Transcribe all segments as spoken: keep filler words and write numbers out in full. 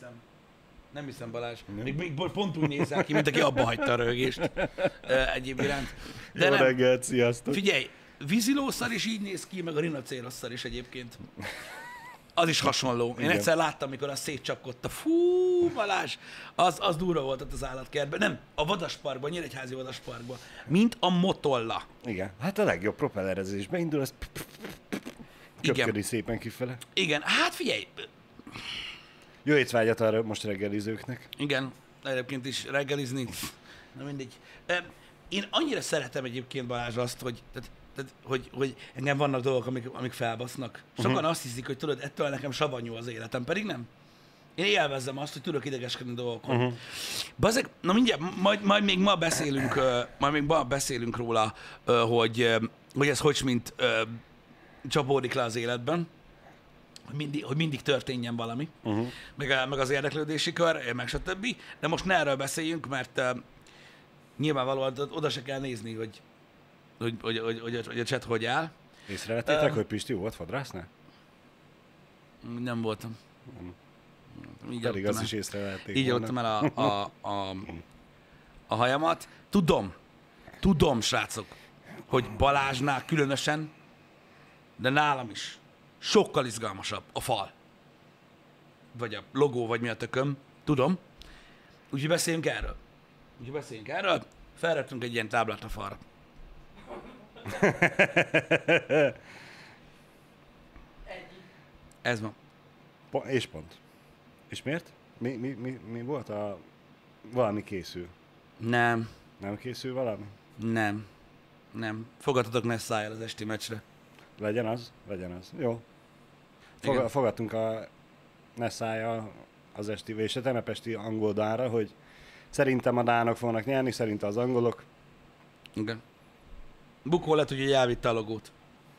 hiszem. Nem hiszem, Balázs. Még, még pont úgy nézel ki, mint aki abba hagyta a röhögést egyéb iránt. De Jó nem. reggelt, sziasztok! Figyelj, vízilószar is így néz ki, meg a rinocérosszar is egyébként. Az is hasonló. Én Igen. egyszer láttam, mikor az szétcsapkodta. Fú, Balázs, az, az durva volt ott az állatkertben. Nem, a vadasparkban, Nyíregyházi vadasparkban. Mint a motolla. Igen, hát a legjobb propellerezés. Beindul, az köpködi szépen kifele. Igen, hát figyelj. Jó étvágyat arra most reggelizőknek. Igen, egyébként is reggelizni. Na mindegy. Én annyira szeretem egyébként, Balázs, azt, hogy, tehát, tehát, hogy, hogy engem vannak dolgok, amik, amik felbasznak. Sokan uh-huh. azt hiszik, hogy tudod, ettől nekem savanyú az életem, pedig nem. Én élvezzem azt, hogy tudok idegeskedni dolgokon. Uh-huh. Bazeg, na mindjárt, majd, majd még ma beszélünk, majd még ma beszélünk róla, hogy, hogy ez hogy mint csapódik le az életben. Hogy mindig, hogy mindig történjen valami, uh-huh. meg, meg az érdeklődési kör, meg stb. De most ne erről beszéljünk, mert uh, nyilvánvalóan oda se kell nézni, hogy, hogy, hogy, hogy, hogy, hogy a chat hogy áll. Észrevettétek, uh, hogy Pisti volt fodrásznál? Nem voltam. Um, Így pedig azt is észrevették Így adtam el a, a, a, a hajamat. Tudom, tudom, srácok, hogy Balázsnál különösen, de nálam is sokkal izgalmasabb a fal. Vagy a logó, vagy mi a tököm. Tudom. Úgyhogy beszéljünk erről. Úgyhogy beszéljünk erről. Felraktünk egy ilyen táblát a falra. Ez van. Po- és pont. És miért? Mi, mi, mi, mi volt a... Valami készül. Nem. Nem készül valami? Nem. Nem. Fogadhatok Nessájjal az esti meccsre. Legyen az, legyen az. Jó. Fog, fogadtunk a Nessájjal az esti, és a tenepesti angol dánra, hogy szerintem a dánok fognak nyerni, szerintem az angolok. Igen. Bukó lett, hogy elvitte a logót.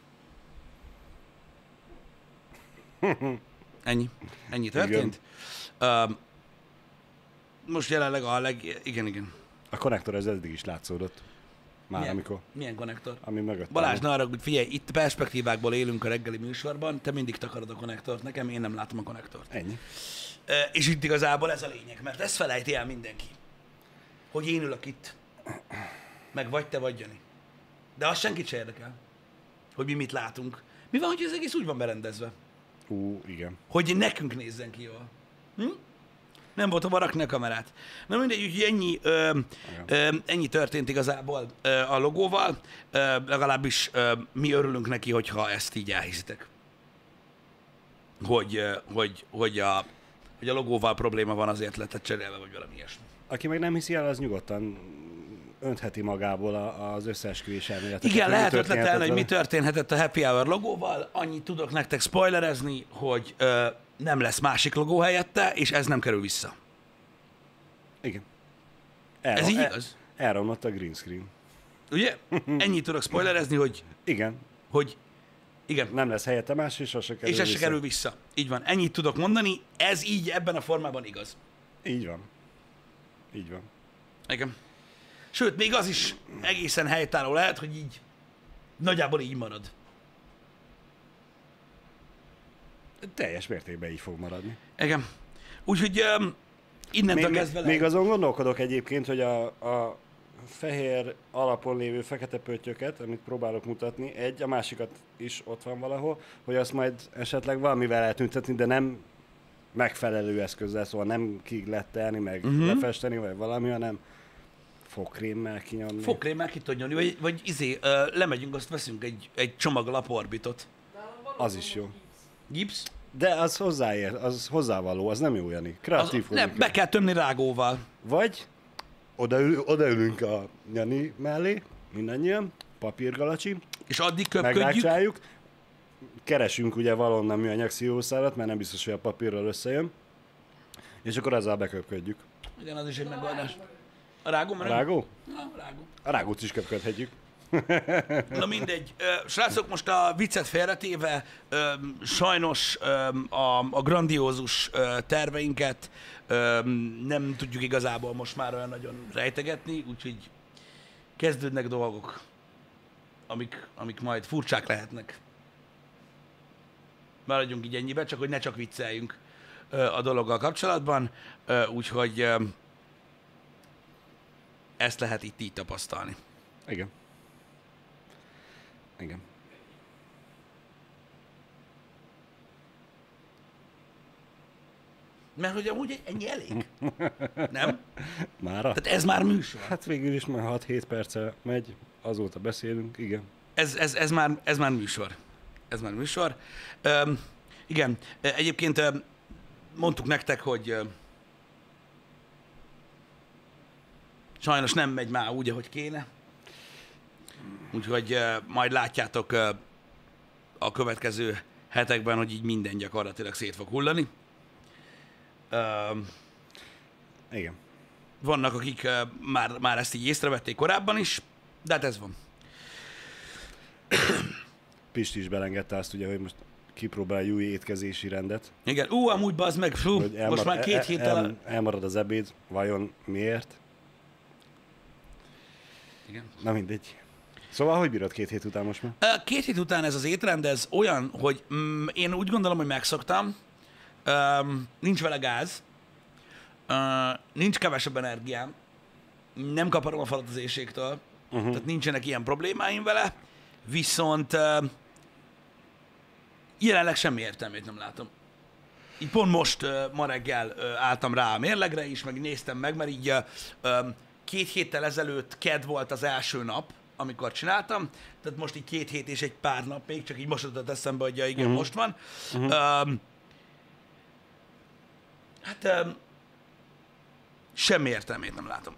Ennyi. Ennyi történt. Uh, most jelenleg a leg... Igen, igen. A konnektor ez eddig is látszódott. Már milyen, amikor. Milyen konnektor? Ami mögött. Balázs, ne arra, hogy figyelj, itt perspektívákból élünk a reggeli műsorban, te mindig takarod a konnektort, nekem én nem látom a konnektort. Ennyi. Uh, és itt igazából ez a lényeg, mert ezt felejti el mindenki. Hogy én ülök itt. Meg vagy te, vagy Jani. De az senkit se érdekel, hogy mi mit látunk. Mi van, hogy ez egész úgy van berendezve? Ú, igen. Hogy nekünk nézzen ki jól. Hm? Nem volt hova rakni a kamerát. Na mindegy, úgyhogy ennyi, ö, ö, ennyi történt igazából ö, a logóval. Ö, legalábbis ö, mi örülünk neki, hogyha ezt így elhiszitek. Hogy, ö, hogy, hogy, a, hogy a logóval probléma van, azért letett cserélve, vagy valami ilyesmi. Aki meg nem hiszi el, az nyugodtan öntheti magából a, az összeesküvés elméletet. Igen, lehet ötletelni, hogy mi történhetett a Happy Hour logóval. Annyit tudok nektek spoilerezni, hogy ö, nem lesz másik logó helyette, és ez nem kerül vissza. Igen. Elrom, ez így igaz? El, elromlott a green screen. Ugye? Ennyit tudok spoilerezni, hogy... Igen. Hogy... Igen. Nem lesz helyette más, és az se kerül És ez vissza. se kerül vissza. Így van. Ennyit tudok mondani. Ez így ebben a formában igaz. Így van. Így van. Igen. Sőt, még az is egészen helytálló lehet, hogy így nagyjából így marad. Teljes mértékben így fog maradni. Igen. Úgyhogy um, innentől még, kezdve... Még azon gondolkodok egyébként, hogy a, a fehér alapon lévő fekete pöttyöket, amit próbálok mutatni, egy, a másikat is ott van valahol, hogy azt majd esetleg valamivel eltüntetni, de nem megfelelő eszközzel, szóval nem kiglettelni, meg uh-huh. lefesteni, vagy valami, hanem fogkrémmel kinyomni. Fogkrémmel ki tudod nyomni, vagy, vagy izé, uh, lemegyünk, azt veszünk egy, egy csomag laporbitot. Az is jó. Gipsz? De az hozzáér, az hozzávaló, az nem jó, Jani. Kreatív az, nem, be kell tömni rágóval. Vagy odaül, odaülünk a Jani mellé, mindannyian, papírgalacsi. És addig köpködjük. Megrákcsáljuk. Keresünk ugye valonnan műanyag szívószálat, mert nem biztos, hogy a papírral összejön. És akkor ezzel beköpködjük. Igen, az is egy megoldás. A rágó? A rágó? Na, a rágó. A rágót is köpködhetjük. Na mindegy. Srácok, most a viccet félretéve, sajnos a, a grandiózus terveinket nem tudjuk igazából most már olyan nagyon rejtegetni, úgyhogy kezdődnek dolgok, amik, amik majd furcsák lehetnek. Maradjunk így ennyibe, csak hogy ne csak vicceljünk. a dologgal kapcsolatban, úgyhogy ezt lehet itt így tapasztalni. Igen. Igen. Mert hogy amúgy ennyi elég. Nem? Mára? Tehát ez már műsor. Hát végül is már hat-hét perce megy, azóta beszélünk, igen. Ez, ez, ez, már, ez már műsor. Ez már műsor. Üm, igen, egyébként mondtuk nektek, hogy sajnos nem megy már úgy, ahogy kéne. Úgyhogy majd látjátok a következő hetekben, hogy így minden gyakorlatilag szét fog hullani. Um, Igen. Vannak, akik uh, már, már ezt így észrevették korábban is, de hát ez van. Pisti is belengedte azt ugye, hogy most kipróbál új étkezési rendet. Igen, ú, amúgy bazd meg, fú, Elmar- most már két el- héttel... El- elmarad az ebéd, vajon miért? Igen. Na mindegy. Szóval, hogy bírod két hét után most már? Uh, Két hét után ez az étrend, ez olyan, hogy mm, én úgy gondolom, hogy megszoktam, um, nincs vele gáz, uh, nincs kevesebb energiám, nem kaparom a falat az éjségtől, uh-huh. tehát nincsenek ilyen problémáim vele, viszont uh, jelenleg semmi értelmét nem látom. Így pont most, uh, ma reggel uh, álltam rá a mérlegre is, meg néztem meg, mert így uh, um, két héttel ezelőtt kedd volt az első nap, amikor csináltam, tehát most így két hét és egy pár nap még, csak így most jutott eszembe, hogy ja, igen, uh-huh. most van. Uh-huh. Um, hát um, semmi értelmét nem látom.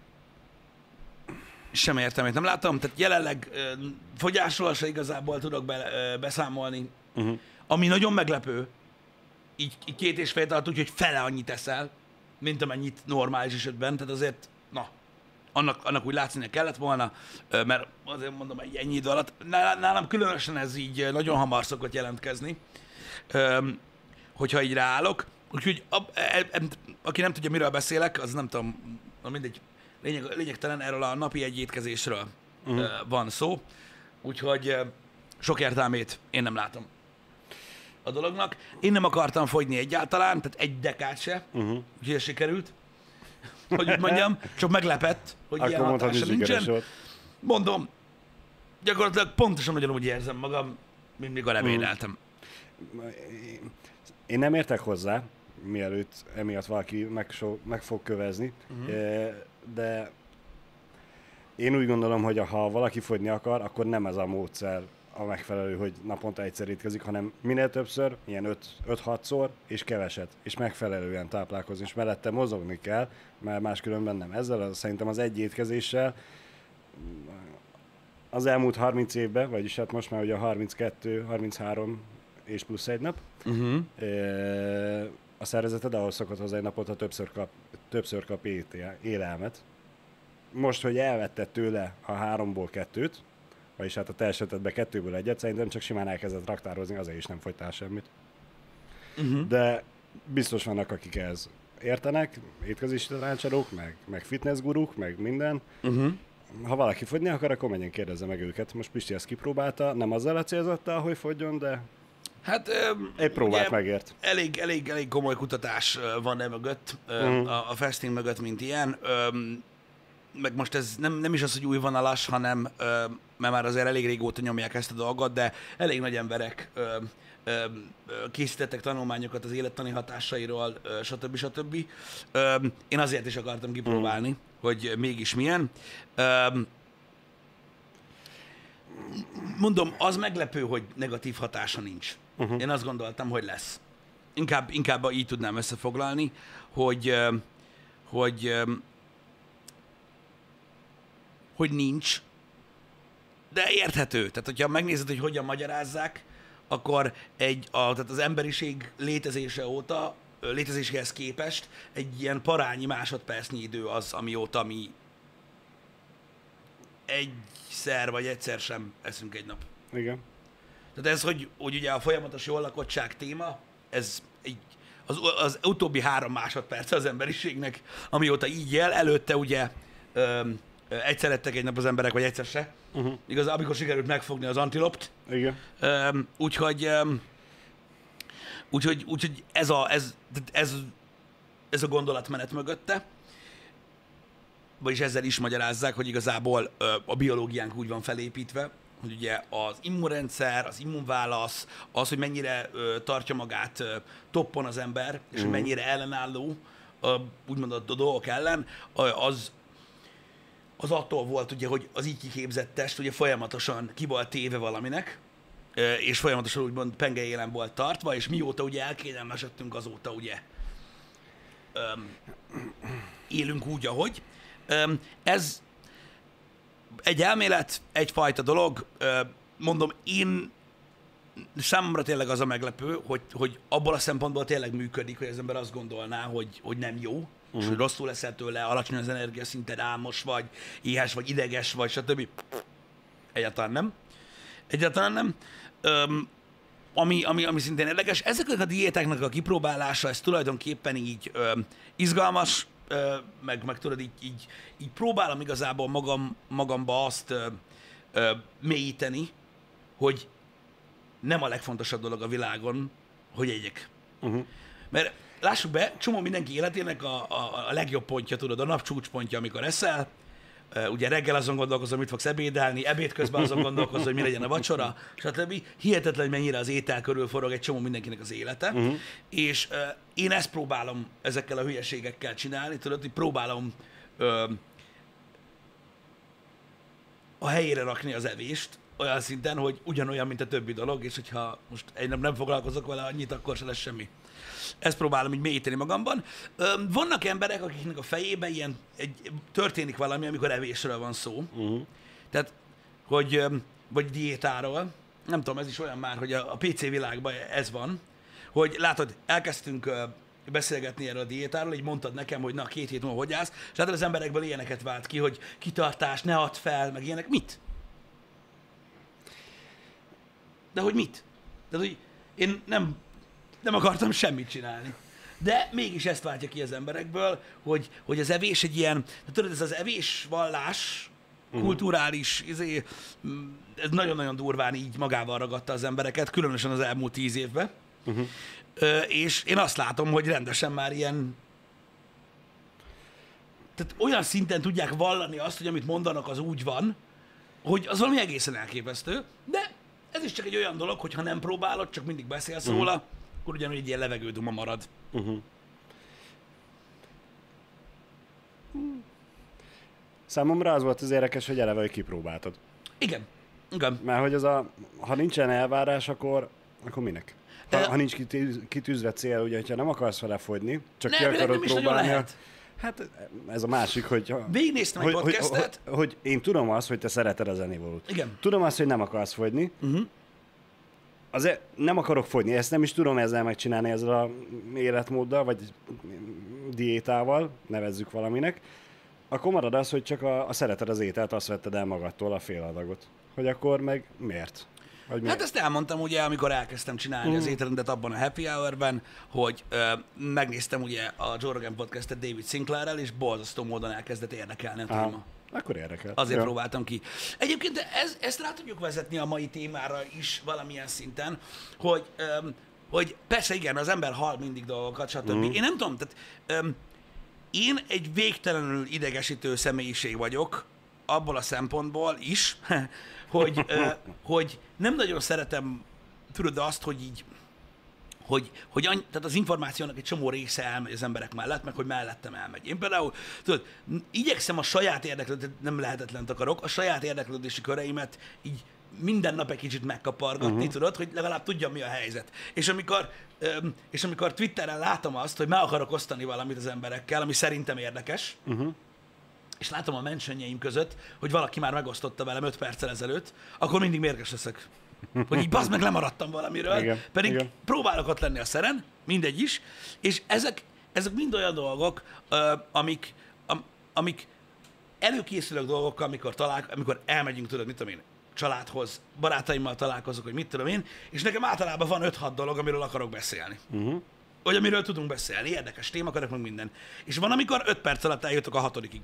Semmi értelmét nem látom, tehát jelenleg uh, fogyásról se igazából tudok be, uh, beszámolni. Uh-huh. Ami nagyon meglepő, így, így két és fél alatt úgy, hogy fele annyit eszel, mint amennyit normális esetben, tehát azért, na, Annak, annak úgy látszani kellett volna, mert azért mondom, hogy ennyi idő alatt, nálam különösen ez így nagyon hamar szokott jelentkezni, hogyha így ráállok. Úgyhogy a, a, a, aki nem tudja, miről beszélek, az nem tudom, mindegy, lényeg, lényegtelen, erről a napi egy étkezésről uh-huh. van szó. Úgyhogy sok értelmét én nem látom a dolognak. Én nem akartam fogyni egyáltalán, tehát egy dekát se, uh-huh. úgyhogy ez sikerült. Hogy úgy mondjam, csak meglepett, hogy akkor ilyen hatása nincsen. Volt. Mondom, gyakorlatilag pontosan ugyanúgy érzem magam, mint mikor ebédeltem. Én nem értek hozzá, mielőtt emiatt valaki meg, so, meg fog kövezni, uh-huh. de én úgy gondolom, hogy ha valaki fogyni akar, akkor nem ez a módszer a megfelelő, hogy naponta egyszer étkezik, hanem minél többször, ilyen öt-hatszor, és keveset, és megfelelően táplálkozni, és mellette mozogni kell, mert máskülönben nem. Ezzel szerintem az egy étkezéssel az elmúlt harminc évben, vagyis hát most már ugye harminckettő harminchárom és plusz egy nap, uh-huh. a szervezeted ahhoz szokott hozzá egy naponta többször kap, többször kap élelmet. Most, hogy elvetted tőle a háromból kettőt, vagyis hát a te esetedben kettőből egyet, szerintem csak simán elkezdett raktározni, azért is nem fogytál semmit. Uh-huh. De biztos vannak, akik ehhez értenek, étkezési tanácsadók, meg, meg fitnessguruk, meg minden. Uh-huh. Ha valaki fogyni akar, akkor menjen kérdezze meg őket. Most Pisti ezt kipróbálta, nem azzal a célzattal, hogy fogyjon, de hát, egy próbát megért. Elég, elég, elég komoly kutatás van e mögött, uh-huh. a, a fasting mögött, mint ilyen. Meg most ez nem, nem is az, hogy új vonalas, hanem, mert már azért elég régóta nyomják ezt a dolgot, de elég nagy emberek készítettek tanulmányokat az élettani hatásairól, stb. stb. Én azért is akartam kipróbálni, mm. hogy mégis milyen. Mondom, az meglepő, hogy negatív hatása nincs. Uh-huh. Én azt gondoltam, hogy lesz. Inkább, inkább így tudnám összefoglalni, hogy, hogy, hogy nincs, de érthető. Tehát, hogyha megnézed, hogy hogyan magyarázzák, akkor egy, a, tehát az emberiség létezése óta, létezéséhez képest egy ilyen parányi másodpercnyi idő az, amióta mi egyszer vagy egyszer sem eszünk egy nap. Igen. Tehát ez, hogy, hogy ugye a folyamatos jól lakottság téma, ez egy, az, az utóbbi három másodperc az emberiségnek, amióta így él, előtte ugye öm, egyszer ettek egy nap az emberek, vagy egyszer se. Uh-huh. Igaz, amikor sikerült megfogni az antilopt. Igen. Um, úgyhogy, um, Úgyhogy, úgyhogy ez, a, ez, ez, ez a gondolatmenet mögötte, vagyis ezzel is magyarázzák, hogy igazából a biológiánk úgy van felépítve, hogy ugye az immunrendszer, az immunválasz, az, hogy mennyire tartja magát toppon az ember, és hogy mennyire ellenálló, úgymond a dolgok ellen, az, az attól volt, ugye, hogy az így kiképzett test ugye folyamatosan ki volt téve valaminek, és folyamatosan úgymond pengeélen volt tartva, és mióta ugye elkényelmesedtünk, azóta ugye öm, élünk úgy, ahogy. Öm, ez egy elmélet, egyfajta dolog, öm, mondom, én számomra tényleg az a meglepő, hogy, hogy abból a szempontból tényleg működik, hogy az ember azt gondolná, hogy, hogy nem jó, uh-huh. és hogy rosszul leszel tőle, alacsony az energiaszinted, álmos vagy, éhes vagy, ideges vagy, stb. Egyáltalán nem. Egyáltalán nem. Öm, ami, ami, ami szintén érdekes, ezeknek a diétáknak a kipróbálása, ez tulajdonképpen így öm, izgalmas, öm, meg, meg tudod, így, így, így próbálom igazából magam, magamba azt öm, öm, mélyíteni, hogy nem a legfontosabb dolog a világon, hogy egyek. Uh-huh. Mert lássuk be, csomó mindenki életének a, a, a legjobb pontja, tudod, a nap csúcspontja, amikor eszel. Uh, ugye reggel azon gondolkozom, mit fogsz ebédelni, ebéd közben azon gondolkozom, hogy mi legyen a vacsora, stb. Hihetetlen, hogy mennyire az étel körül forog egy csomó mindenkinek az élete. Uh-huh. És uh, én ezt próbálom ezekkel a hülyeségekkel csinálni, tudod, hogy próbálom uh, a helyére rakni az evést, olyan szinten, hogy ugyanolyan, mint a többi dolog, és hogyha most egy nap nem foglalkozok vele annyit, akkor se lesz semmi. Ezt próbálom így mélyíteni magamban. Vannak emberek, akiknek a fejében ilyen, egy, történik valami, amikor evésről van szó. Uh-huh. Tehát, hogy, vagy diétáról. Nem tudom, ez is olyan már, hogy a, a pé cé világban ez van, hogy látod, elkezdtünk beszélgetni erről a diétáról, így mondtad nekem, hogy na, két hét múlva hogy állsz, és látod, az emberekből ilyeneket vált ki, hogy kitartás, ne add fel, meg ilyenek. Mit? De hogy mit? Tehát, hogy én nem, nem akartam semmit csinálni. De mégis ezt váltja ki az emberekből, hogy, hogy az evés egy ilyen, tudod, ez az evésvallás, uh-huh. kulturális, izé, ez nagyon-nagyon durván így magával ragadta az embereket, különösen az elmúlt tíz évben. Uh-huh. És én azt látom, hogy rendesen már ilyen, tehát olyan szinten tudják vallani azt, hogy amit mondanak, az úgy van, hogy az valami egészen elképesztő, de ez is csak egy olyan dolog, hogy ha nem próbálod, csak mindig beszélsz uh-huh. róla, akkor ugyanúgy egy ilyen levegőduma marad. Uh-huh. Számomra az volt az érdekes, hogy eleve, hogy kipróbáltad. Igen. Igen. Mert hogy az a, ha nincsen elvárás, akkor, akkor minek? Ha, uh, ha nincs kitűz, kitűzve cél, ugye, hogyha nem akarsz vele fogyni, csak nem, ki akarod nem is próbálni. Lehet. Hát ez a másik, hogy... Végignéztem egy podcastet. Hogy, hogy, hogy én tudom azt, hogy te szereted a zenévolót. Igen. Tudom azt, hogy nem akarsz fogyni. Uh-huh. Azért nem akarok fogyni, ezt nem is tudom ezzel megcsinálni, ezzel a életmóddal, vagy diétával, nevezzük valaminek. Akkor marad az, hogy csak a, a szereted az ételt, azt vetted el magadtól, a fél adagot. Hogy akkor meg miért? Hogy hát ezt elmondtam ugye, amikor elkezdtem csinálni mm. az étrendet abban a happy hour-ben, hogy ö, megnéztem ugye a Joe Rogan podcastet David Sinclairrel, és borzasztó módon elkezdett érdekelni a téma. Aha. Akkor érdekel. Azért ja. próbáltam ki. Egyébként ez, ezt rá tudjuk vezetni a mai témára is valamilyen szinten, hogy, öm, hogy persze igen, az ember hal mindig dolgokat, stb. Mm. Én nem tudom, tehát öm, én egy végtelenül idegesítő személyiség vagyok, abból a szempontból is, hogy, ö, hogy nem nagyon szeretem, tudod azt, hogy így, hogy, hogy any, tehát az információnak egy csomó része elmegy az emberek mellett, meg hogy mellettem elmegy. Én például, tudod, igyekszem a saját érdeklődési, nem lehetetlent akarok, a saját érdeklődési köreimet így minden nap egy kicsit megkapargatni, uh-huh. tudod, hogy legalább tudjam, mi a helyzet. És amikor, öm, és amikor Twitteren látom azt, hogy meg akarok osztani valamit az emberekkel, ami szerintem érdekes, uh-huh. és látom a mentionjeim között, hogy valaki már megosztotta velem öt perccel ezelőtt, akkor mindig mérges leszek. Hogy így bazd meg, lemaradtam valamiről, igen, pedig igen. próbálok ott lenni a szeren, mindegy is, és ezek, ezek mind olyan dolgok, uh, amik, am, amik előkészülök dolgokkal, amikor, talál, amikor elmegyünk, tudod, mit tudom én, családhoz, barátaimmal találkozok, hogy mit tudom én, és nekem általában van öt-hat dolog, amiről akarok beszélni. Uh-huh. Vagy amiről tudunk beszélni, érdekes témakörök, meg minden. És van, amikor öt perc alatt eljutok a hatodikig.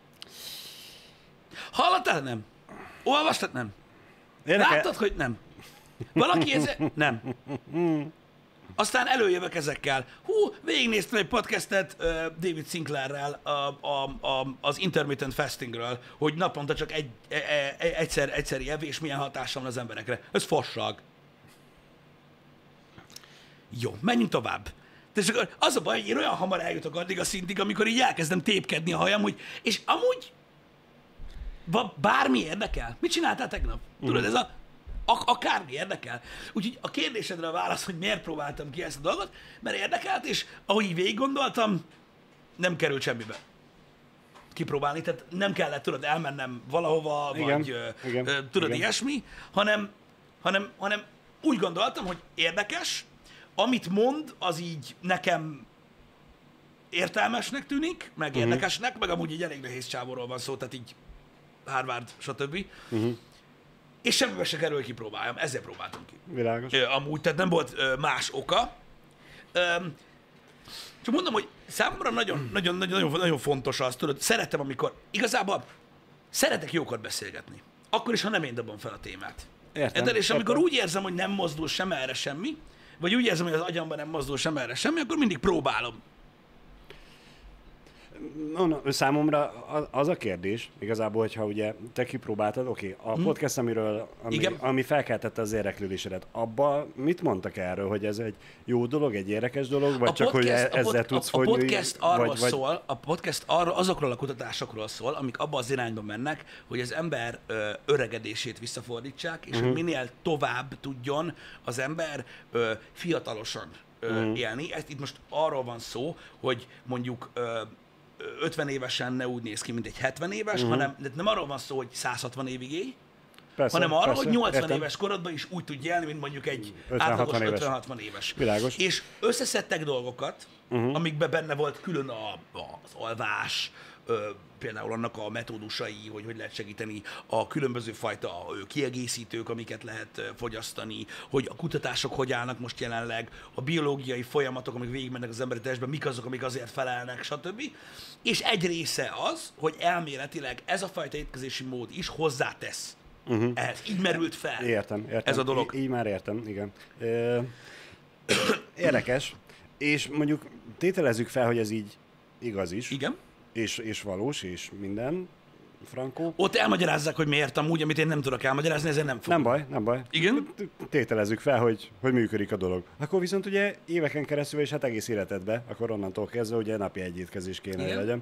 Hallottál? Nem. Olvastad? Nem. Érdekel. Láttad, hogy nem. Valaki ez... Nem. Aztán előjövök ezekkel. Hú, végignéztem egy podcastet uh, David Sinclairrel a, a, a, az intermittent fastingről, hogy naponta csak egy, e, e, egyszer, egyszeri evés milyen hatással van az emberekre. Ez fasság. Jó, menjünk tovább. De csak az a baj, hogy én olyan hamar eljutok addig a szintig, amikor így elkezdem tépkedni a hajam, hogy, és amúgy bármi érdekel. Mit csináltál tegnap? Tudod, ez a Ak- akármi érdekel. Úgyhogy a kérdésedre a válasz, hogy miért próbáltam ki ezt a dolgot, mert érdekelt, és ahogy így végig gondoltam, nem került semmibe kipróbálni, tehát nem kellett, tudod, elmennem valahova, Igen, vagy ö, igen, ö, tudod, igen. ilyesmi, hanem, hanem, hanem úgy gondoltam, hogy érdekes, amit mond, az így nekem értelmesnek tűnik, meg Uh-huh. érdekesnek, meg amúgy egy elég nehéz csávóról van szó, tehát így Harvard, stb. Uh-huh. És semmibe se kerül, hogy kipróbáljam. Ezzel próbáltam ki. Világos. Ö, amúgy, tehát nem volt ö, más oka. Öm, csak mondom, hogy számomra nagyon, nagyon, nagyon, nagyon, nagyon fontos az, tudod, szeretem, amikor igazából szeretek jókat beszélgetni. Akkor is, ha nem én dobom fel a témát. Értem. De, és amikor Értem. úgy érzem, hogy nem mozdul sem erre semmi, vagy úgy érzem, hogy az agyamban nem mozdul sem erre semmi, akkor mindig próbálom. No, no, számomra a- az a kérdés, igazából, hogyha ugye te kipróbáltad, oké, okay, a hmm. podcast, amiről, ami, Igen. ami felkeltette az érdeklődésedet, abban mit mondtak erről, hogy ez egy jó dolog, egy érdekes dolog, vagy A csak, hogy e- a ezzel pod- tudsz a, a fogyni? podcast arról vagy, vagy... szól, a podcast arról, azokról a kutatásokról szól, amik abba az irányba mennek, hogy az ember ö, öregedését visszafordítsák, és Mhm. hogy minél tovább tudjon az ember ö, fiatalosan ö, Mhm. élni. Ez itt most arról van szó, hogy mondjuk ö, ötven évesen ne úgy néz ki, mint egy hetven éves, Mhm. hanem de nem arról van szó, hogy száz hatvan évig élj, Persze, hanem arra, persze, hogy nyolcvan értem. éves korodban is úgy tudj élni, mint mondjuk egy ötven átlagos hatvan éves. ötven hatvan éves. Világos. És összeszedtek dolgokat, Mhm. uh-huh. amikben benne volt külön a, a, az alvás, ö, például annak a metódusai, hogy hogy lehet segíteni a különböző fajta ö, kiegészítők, amiket lehet ö, fogyasztani, hogy a kutatások hogy állnak most jelenleg, a biológiai folyamatok, amik végigmennek az emberi testben, mik azok, amik azért felelnek, stb. És egy része az, hogy elméletileg ez a fajta étkezési mód is hozzátesz. Uh-huh. Ehhez így merült fel. Értem, értem. Ez a dolog. Í- így már értem, igen. Ö, Érdekes, és mondjuk tételezzük fel, hogy ez így igaz is, Igen. és, és valós, és minden, frankó. Ott elmagyarázzák, hogy miért amúgy, amit én nem tudok elmagyarázni, ezért nem fogom. Nem baj, nem baj. Igen? Tételezzük fel, hogy, hogy működik a dolog. Akkor viszont ugye éveken keresztül, és hát egész életedbe, akkor onnantól kezdve ugye napi egy étkezés kéne, hogy Igen. legyen.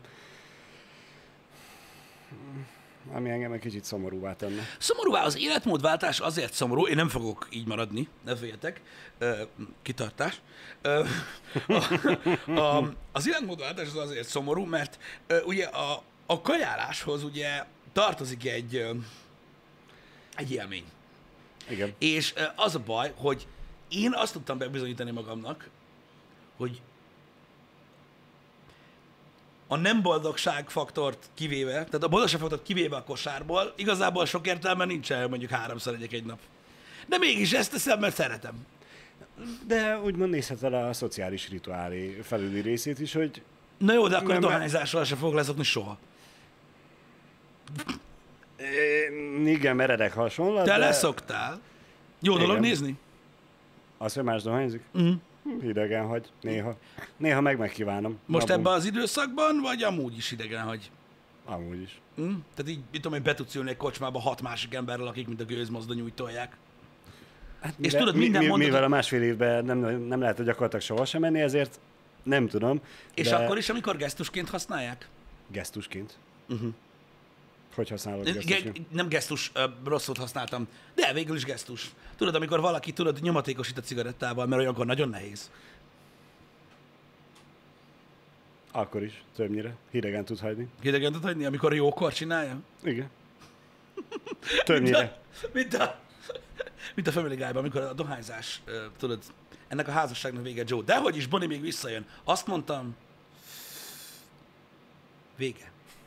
Ami engem egy kicsit szomorúvá tenne. Szomorúvá az életmódváltás azért szomorú, én nem fogok így maradni, ne féljetek, ö, kitartás. Ö, a, a, az életmódváltás az azért szomorú, mert ö, ugye a, a kajáláshoz ugye tartozik egy, ö, egy élmény. Igen. És ö, az a baj, hogy én azt tudtam bebizonyítani magamnak, hogy a nem boldogság faktort kivéve, tehát a boldogság faktort kivéve a kosárból, igazából sok értelme nincs, el mondjuk háromszor egyek egy nap. De mégis ezt teszem, mert szeretem. De úgymond nézheted a szociális rituálé felüli részét is, hogy Na jó, de akkor Nem, a mert- dohányzásról sem fog leszokni soha. eh, igen, meredek hasonlat, Te de leszoktál. Jó dolog Igen. nézni? az, hogy más dohányzik, Mhm. idegen hagy, néha. Néha meg megkívánom. Most Abból- ebben az időszakban, vagy amúgy is idegen vagy? Amúgy is. Hm? Tehát így, mit tudom, hogy be tudsz ülni egy kocsmába hat másik emberrel, akik mint a gőzmozdony úgy tolják. Hát És tudod, minden mi, mondatot- Mivel a másfél évben nem, nem lehet, hogy gyakorlatilag soha sem menni, ezért nem tudom. És de akkor is, amikor gesztusként használják? Gesztusként. Uh-huh. Hogy használod Ge- gesztusként? nem gesztus, ö, rossz szót használtam, de végül is gesztus. Tudod, amikor valaki, tudod, nyomatékosít a cigarettával, mert olyankor nagyon nehéz. Akkor is, többnyire. Hidegen tud hagyni. Hidegen tud hagyni, amikor jókor csinálja? Igen. Többnyire. Mint a, mint a Family Guy-ban, amikor a dohányzás, ö, tudod, ennek a házasságnak vége Joe. Dehogy is, Bonnie még visszajön. Azt mondtam, vége.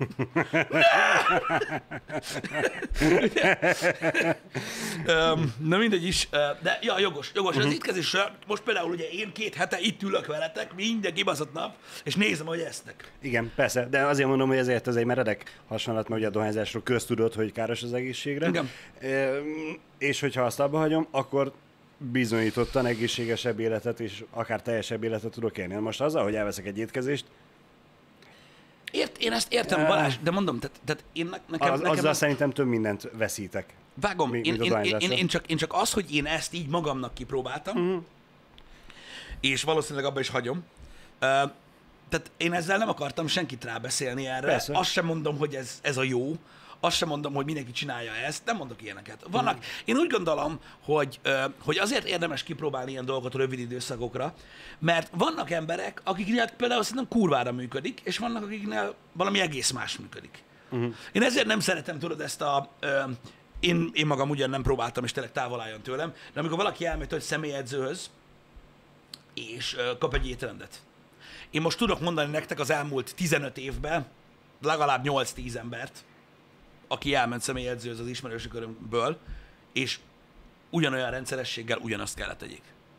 um, na mindegy is, ö, de ja, jogos, jogos. Uh-huh. Az étkezésről, most például ugye én két hete itt ülök veletek, minden kibaszott nap, és nézem, hogy esznek. Igen, persze, de azért mondom, hogy ezért ez egy meredek hasonlat, mert ugye a dohányzásról köztudod, hogy káros az egészségre. Igen. E, és hogyha azt abba hagyom, akkor bizonyítottan egészségesebb életet és akár teljesebb életet tudok élni. Most azzal, hogy elveszek egy étkezést, Ért, én ezt értem, Balázs, de mondom, tehát, tehát én ne, nekem... az, nekem azzal az... szerintem több mindent veszítek. Vágom, mi, én, én, én, én, én, csak, én csak az, hogy én ezt így magamnak kipróbáltam, uh-huh. és valószínűleg abba is hagyom, uh, tehát én ezzel nem akartam senkit rábeszélni erre. Persze. Azt sem mondom, hogy ez, ez a jó, azt sem mondom, hogy mindenki csinálja ezt, nem mondok ilyeneket. Vannak, uh-huh. Én úgy gondolom, hogy, uh, hogy azért érdemes kipróbálni ilyen dolgokat rövid időszakokra, mert vannak emberek, akiknél például szerintem kurvára működik, és vannak, akiknél valami egész más működik. Uh-huh. Én ezért nem szeretem, tudod, ezt a... Uh, Én, én magam ugyan nem próbáltam, és tényleg távol álljon tőlem, de amikor valaki elmegy egy személyedzőhöz, és uh, kap egy étrendet. Én most tudok mondani nektek az elmúlt tizenöt évben legalább nyolc-tíz embert, aki elment személyedzőhöz az ismerősi körömből, és ugyanolyan rendszerességgel ugyanazt kellett tegyék.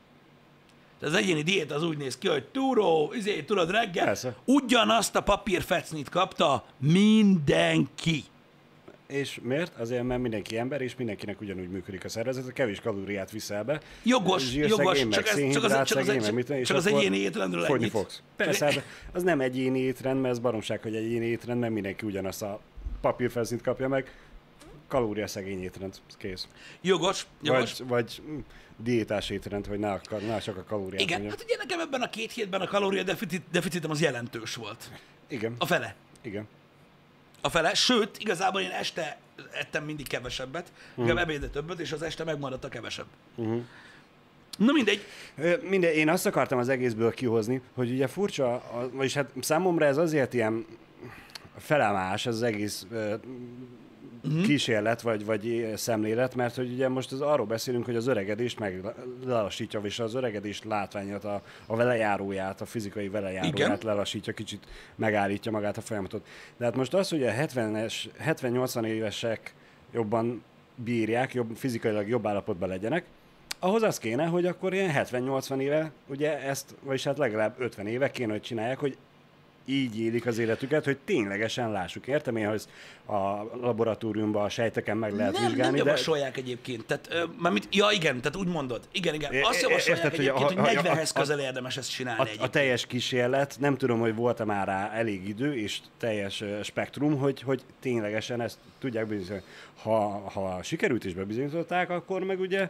Az egyéni diéta az úgy néz ki, hogy túró, izé, tudod, reggel, Persze. ugyanazt a papírfecnit kapta mindenki. És miért? Azért, mert mindenki ember, és mindenkinek ugyanúgy működik a szervezet, kevés kalóriát viszel be. Jogos, jogos, csak, ez, csak, az, csak, az, csak, meg, csak az egyéni étrendről ennyit. Fogsz. Persze, az nem egyéni étrend, mert ez baromság, hogy egyéni étrend, mert mindenki ugyanazt a papírfelszínt kapja meg. Kalóriaszegény étrend, kész. Jogos, jogos. Vagy, vagy diétás étrend, hogy ne, akar, ne csak a kalóriát. Igen, mondjam. Hát ugye nekem ebben a két hétben a kalória deficit, deficitem az jelentős volt. Igen. A fele. Igen. A fele, sőt, igazából én este ettem mindig kevesebbet, uh-huh. ebédre többet, és az este megmaradt a kevesebb. Uh-huh. Na mindegy. Minden, én azt akartam az egészből kihozni, hogy ugye furcsa, vagyis hát számomra ez azért ilyen felemás, ez az egész uh-huh. kísérlet, vagy, vagy szemlélet, mert hogy ugye most az arról beszélünk, hogy az öregedést meglelassítja, és az öregedést látványát, a, a velejáróját, a fizikai velejáróját Igen. lelassítja, kicsit megállítja magát a folyamatot. De hát most az, hogy a hetvenes, hetven-nyolcvan évesek jobban bírják, jobb, fizikailag jobb állapotban legyenek, ahhoz az kéne, hogy akkor ilyen hetven-nyolcvan éve, ugye ezt, vagyis hát legalább ötven éve kéne, hogy csinálják, hogy így élik az életüket, hogy ténylegesen lássuk. Értem én, hogy a laboratóriumban a sejteken meg lehet nem, vizsgálni, nem de... javasolják egyébként. Tehát, ö, mármint, ja igen, tehát úgy mondod. Igen, igen. Azt é, javasolják érted, egyébként, hogy, hogy negyvenhez közel érdemes ezt csinálni a, a teljes kísérlet, nem tudom, hogy volt-e már rá elég idő és teljes spektrum, hogy, hogy ténylegesen ezt tudják bizonyítani. Ha, ha sikerült is bebizonyították, akkor meg ugye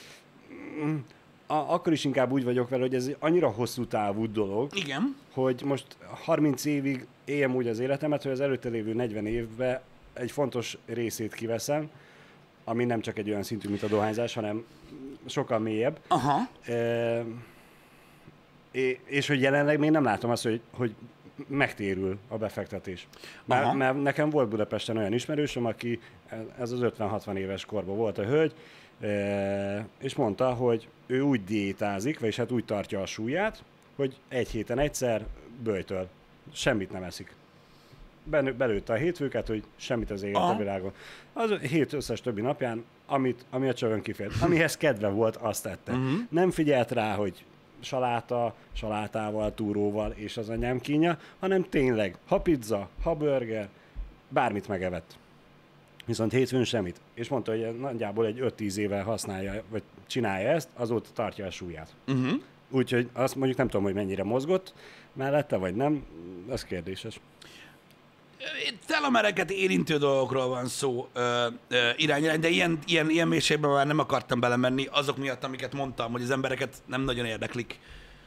A, akkor is inkább úgy vagyok vele, hogy ez egy annyira hosszú távú dolog, Igen. hogy most harminc évig éljem úgy az életemet, hogy az előtte lévő negyven évben egy fontos részét kiveszem, ami nem csak egy olyan szintű, mint a dohányzás, hanem sokkal mélyebb. Aha. E, és hogy jelenleg még nem látom azt, hogy, hogy megtérül a befektetés. Mert, mert nekem volt Budapesten olyan ismerősöm, aki ez az ötven-hatvan éves korban volt a hölgy, és mondta, hogy ő úgy diétázik, vagyis hát úgy tartja a súlyát, hogy egy héten egyszer böjtöl. Semmit nem eszik. Belőtte a hétfőket, hogy semmit az éget a világon. Az hét összes többi napján, amit, ami a csövön kifért. Amihez kedve volt, azt tette. Uh-huh. Nem figyelt rá, hogy saláta, salátával, túróval és az anyám kínja, hanem tényleg, ha pizza, ha burger, bármit megevett. Viszont hétfőn semmit. És mondta, hogy nagyjából egy öt-tíz éve használja, vagy csinálja ezt, azóta tartja a súlyát. Uh-huh. Úgyhogy azt mondjuk nem tudom, hogy mennyire mozgott mellette, vagy nem, ez kérdéses. Telemereket érintő dolgokról van szó ö, ö, irány, de ilyen, ilyen, ilyen mélységben már nem akartam belemenni, azok miatt, amiket mondtam, hogy az embereket nem nagyon érdeklik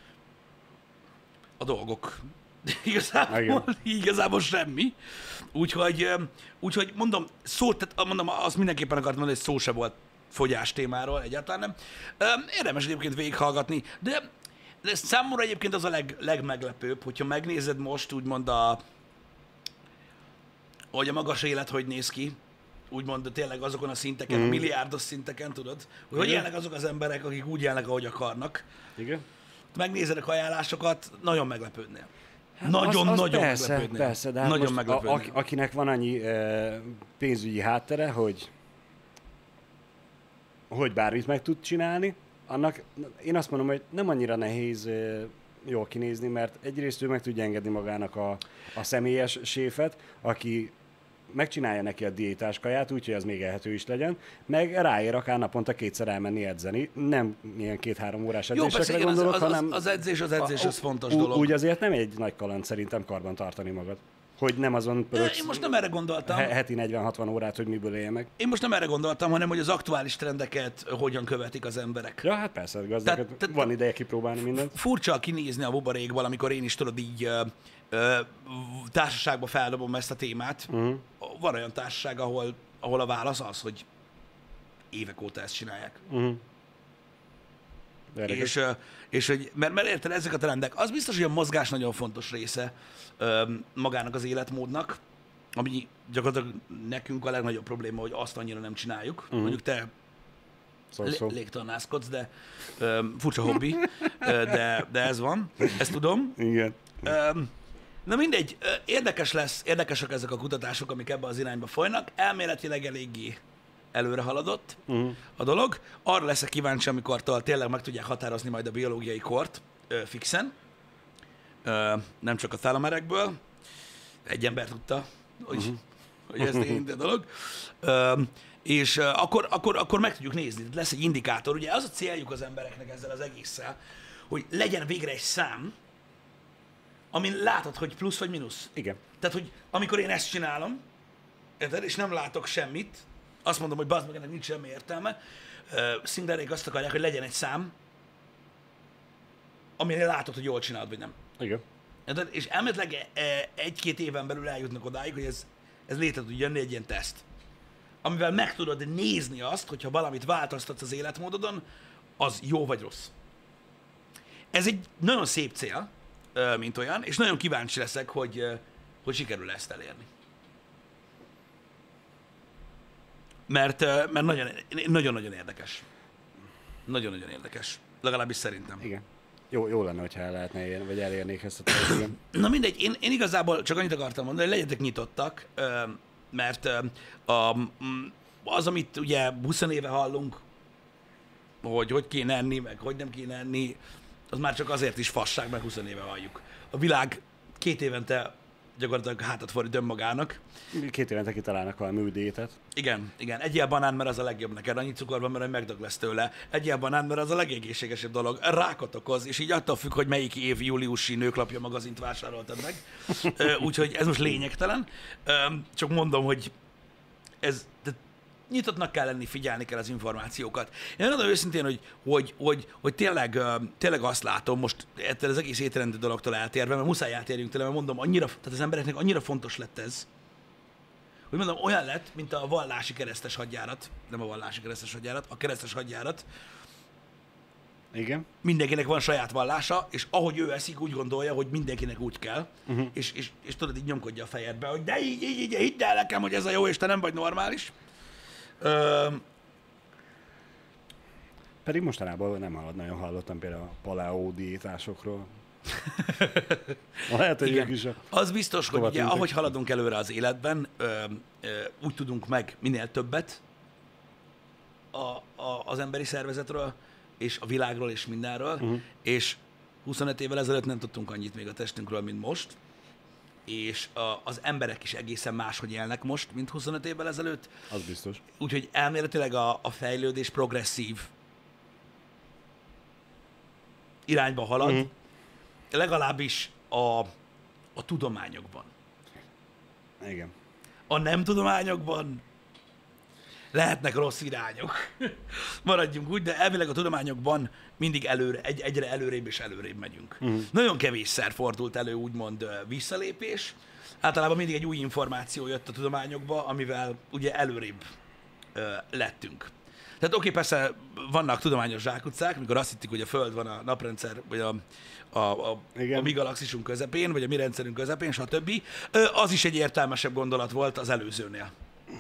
a dolgok. Igazából, igazából semmi. Úgyhogy, úgyhogy mondom, szó, tehát mondom, azt mindenképpen akartam mondani, hogy szó se volt fogyás témáról, egyáltalán nem. Érdemes egyébként végighallgatni, de, de számomra egyébként az a leg, legmeglepőbb, hogyha megnézed most úgymond a, hogy a magas élet hogy néz ki, úgymond tényleg azokon a szinteken, mm. a milliárdos szinteken, tudod, hogy hogy élnek azok az emberek, akik úgy élnek, ahogy akarnak. Igen. Megnézed a ajánlásokat, nagyon meglepődnél. Nagyon-nagyon hát meglepődnél. Persze, de hát nagyon meglepődnél. A, akinek van annyi e, pénzügyi háttere, hogy hogy bármit meg tud csinálni, annak én azt mondom, hogy nem annyira nehéz e, jól kinézni, mert egyrészt ő meg tudja engedni magának a, a személyes séfet, aki megcsinálja neki a diétás kaját, úgyhogy az még ehető is legyen, meg ráér akár naponta kétszer elmenni edzeni. Nem ilyen két-három órás Jó, persze, edzésekre igen, gondolok, az, az, hanem... az edzés, az edzés, a- az fontos ú- dolog. Úgy azért nem egy nagy kaland szerintem karban tartani magad. Hogy nem azon pöröksz Én most nem erre gondoltam. he- heti negyven-hatvan órát, hogy miből élje meg. Én most nem erre gondoltam, hanem hogy az aktuális trendeket hogyan követik az emberek. Ja, hát persze, gazdákat Tehát- tehát- van ideje kipróbálni mindent. Furcsa kinézni a buborékból, amikor én is tudod így ö, ö, társaságba feldobom ezt a témát. Uh-huh. Van olyan társaság, ahol, ahol a válasz az, hogy évek óta ezt csinálják. Uh-huh. És, ö, és hogy, mert, mert érted, ezek a trendek, az biztos, hogy a mozgás nagyon fontos része ö, magának az életmódnak, ami gyakorlatilag nekünk a legnagyobb probléma, hogy azt annyira nem csináljuk. Uh-huh. Mondjuk te Szó, szó. lé- légtornászkodsz, de ö, furcsa hobbi, ö, de, de ez van, ezt tudom. Igen. Öm, Na mindegy, ö, érdekes lesz, érdekesek ezek a kutatások, amik ebbe az irányba folynak. Elméletileg eléggé előre haladott uh-huh. a dolog. Arra leszek kíváncsi, amikor tényleg meg tudják határozni majd a biológiai kort ö, fixen. Ö, nem csak a telomerekből. Egy ember tudta, hogy, uh-huh. hogy ez tényleg a dolog. Ö, és ö, akkor, akkor, akkor meg tudjuk nézni. Lesz egy indikátor. Ugye az a céljuk az embereknek ezzel az egésszel, hogy legyen végre egy szám, amin látod, hogy plusz vagy mínusz. Igen. Tehát, hogy amikor én ezt csinálom, érted, és nem látok semmit, azt mondom, hogy bazd meg, ennek nincs semmi értelme, Szinglerék azt akarják, hogy legyen egy szám, amire látod, hogy jól csinálod, vagy nem. Igen. Érted? És elméletileg e- egy-két éven belül eljutnak odáig, hogy ez, ez létre tud jönni egy ilyen teszt, amivel meg tudod nézni azt, hogyha valamit változtatsz az életmódodon, az jó vagy rossz. Ez egy nagyon szép cél, ö, mint olyan, és nagyon kíváncsi leszek, hogy, ö, hogy sikerül ezt elérni. Mert, ö, mert nagyon, nagyon-nagyon érdekes. Nagyon-nagyon érdekes. Legalábbis szerintem. Igen. Jó, jó lenne, hogyha el lehetne érni, vagy elérnék ezt a célt, igen. Na mindegy, én, én igazából csak annyit akartam mondani, hogy legyetek nyitottak, ö, mert ö, a, m- az, amit ugye húsz éve hallunk, hogy hogy kéne enni, meg hogy nem kéne enni, az már csak azért is fasság, mert húsz éve halljuk. A világ két évente gyakorlatilag hátat fordít önmagának. Két évente kitalálnak valami új diétát. Igen, igen. Egyél banán, mert az a legjobb neked. Annyi cukor van, mert hogy megdög lesz tőle. Egyél banán, mert az a legegészségesebb dolog. Rákot okoz, és így attól függ, hogy melyik év júliusi Nőklapja magazint vásároltad meg. Ö, Úgyhogy ez most lényegtelen. Ö, Csak mondom, hogy ez... de nyitottnak kell lenni, figyelni kell az információkat. Én mondom őszintén, hogy, hogy, hogy, hogy tényleg, ö, tényleg azt látom, most ettől az egész étrendi dologtól eltérve, mert muszáj eltérjünk tőle, mert mondom, annyira, tehát az embereknek annyira fontos lett ez, hogy mondom, olyan lett, mint a vallási keresztes hadjárat, nem a vallási keresztes hadjárat, a keresztes hadjárat, Igen. mindenkinek van saját vallása, és ahogy ő eszik, úgy gondolja, hogy mindenkinek úgy kell, uh-huh. és, és, és tudod, így nyomkodja a fejedbe, hogy de így, így, így, hidd el nekem, hogy ez a jó, és te nem vagy normális. Ö, Pedig mostanában nem hallott, nagyon hallottam például a paleo diétásokról. Lehet, hogy ők is a... Az biztos, hogy ugye, tovább ahogy mentek. haladunk előre az életben, ö, ö, úgy tudunk meg minél többet a, a, az emberi szervezetről, és a világról, és mindenről, uh-huh. és huszonöt évvel ezelőtt nem tudtunk annyit még a testünkről, mint most, és a, az emberek is egészen máshogy élnek most, mint huszonöt évvel ezelőtt, Az biztos. úgyhogy elméletileg a, a fejlődés progresszív irányba halad, uh-huh. legalábbis a, a tudományokban. Igen. A nem tudományokban lehetnek rossz irányok. Maradjunk úgy, de elvileg a tudományokban mindig előre, egy, egyre előrébb és előrébb megyünk. Uh-huh. Nagyon kevésszer fordult elő úgymond ö, visszalépés. Általában mindig egy új információ jött a tudományokba, amivel ugye előrébb ö, lettünk. Tehát oké, persze vannak tudományos zsákutcák, mikor azt hittik, hogy a Föld van a naprendszer, vagy a, a, a, a mi galaxisunk közepén, vagy a mi rendszerünk közepén, stb. Ö, az is egy értelmesebb gondolat volt az előzőnél.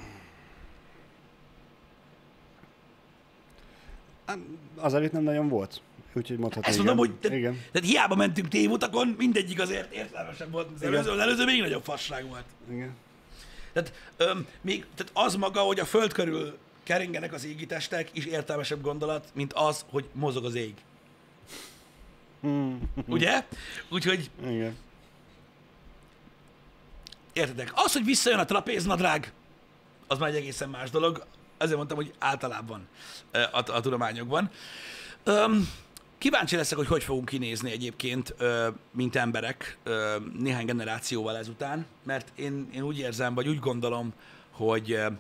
Az előtt nem nagyon volt. Úgyhogy mondhatom, Ezt igen. mondom, hogy te, Igen. tehát hiába mentünk tévutakon, mindegyik azért értelmesebb volt, az előző, az előző még nagyobb fasság volt. Igen. Tehát, öm, még, tehát az maga, hogy a Föld körül keringenek az égitestek, is értelmesebb gondolat, mint az, hogy mozog az ég. Ugye? Úgyhogy Igen. Értedek? Az, hogy visszajön a trapéznadrág, az már egy egészen más dolog. Azért mondtam, hogy általában ö, a, a tudományokban. Öm, kíváncsi leszek, hogy hogy fogunk kinézni egyébként, ö, mint emberek ö, néhány generációval ezután, mert én, én úgy érzem, vagy úgy gondolom, hogy ö,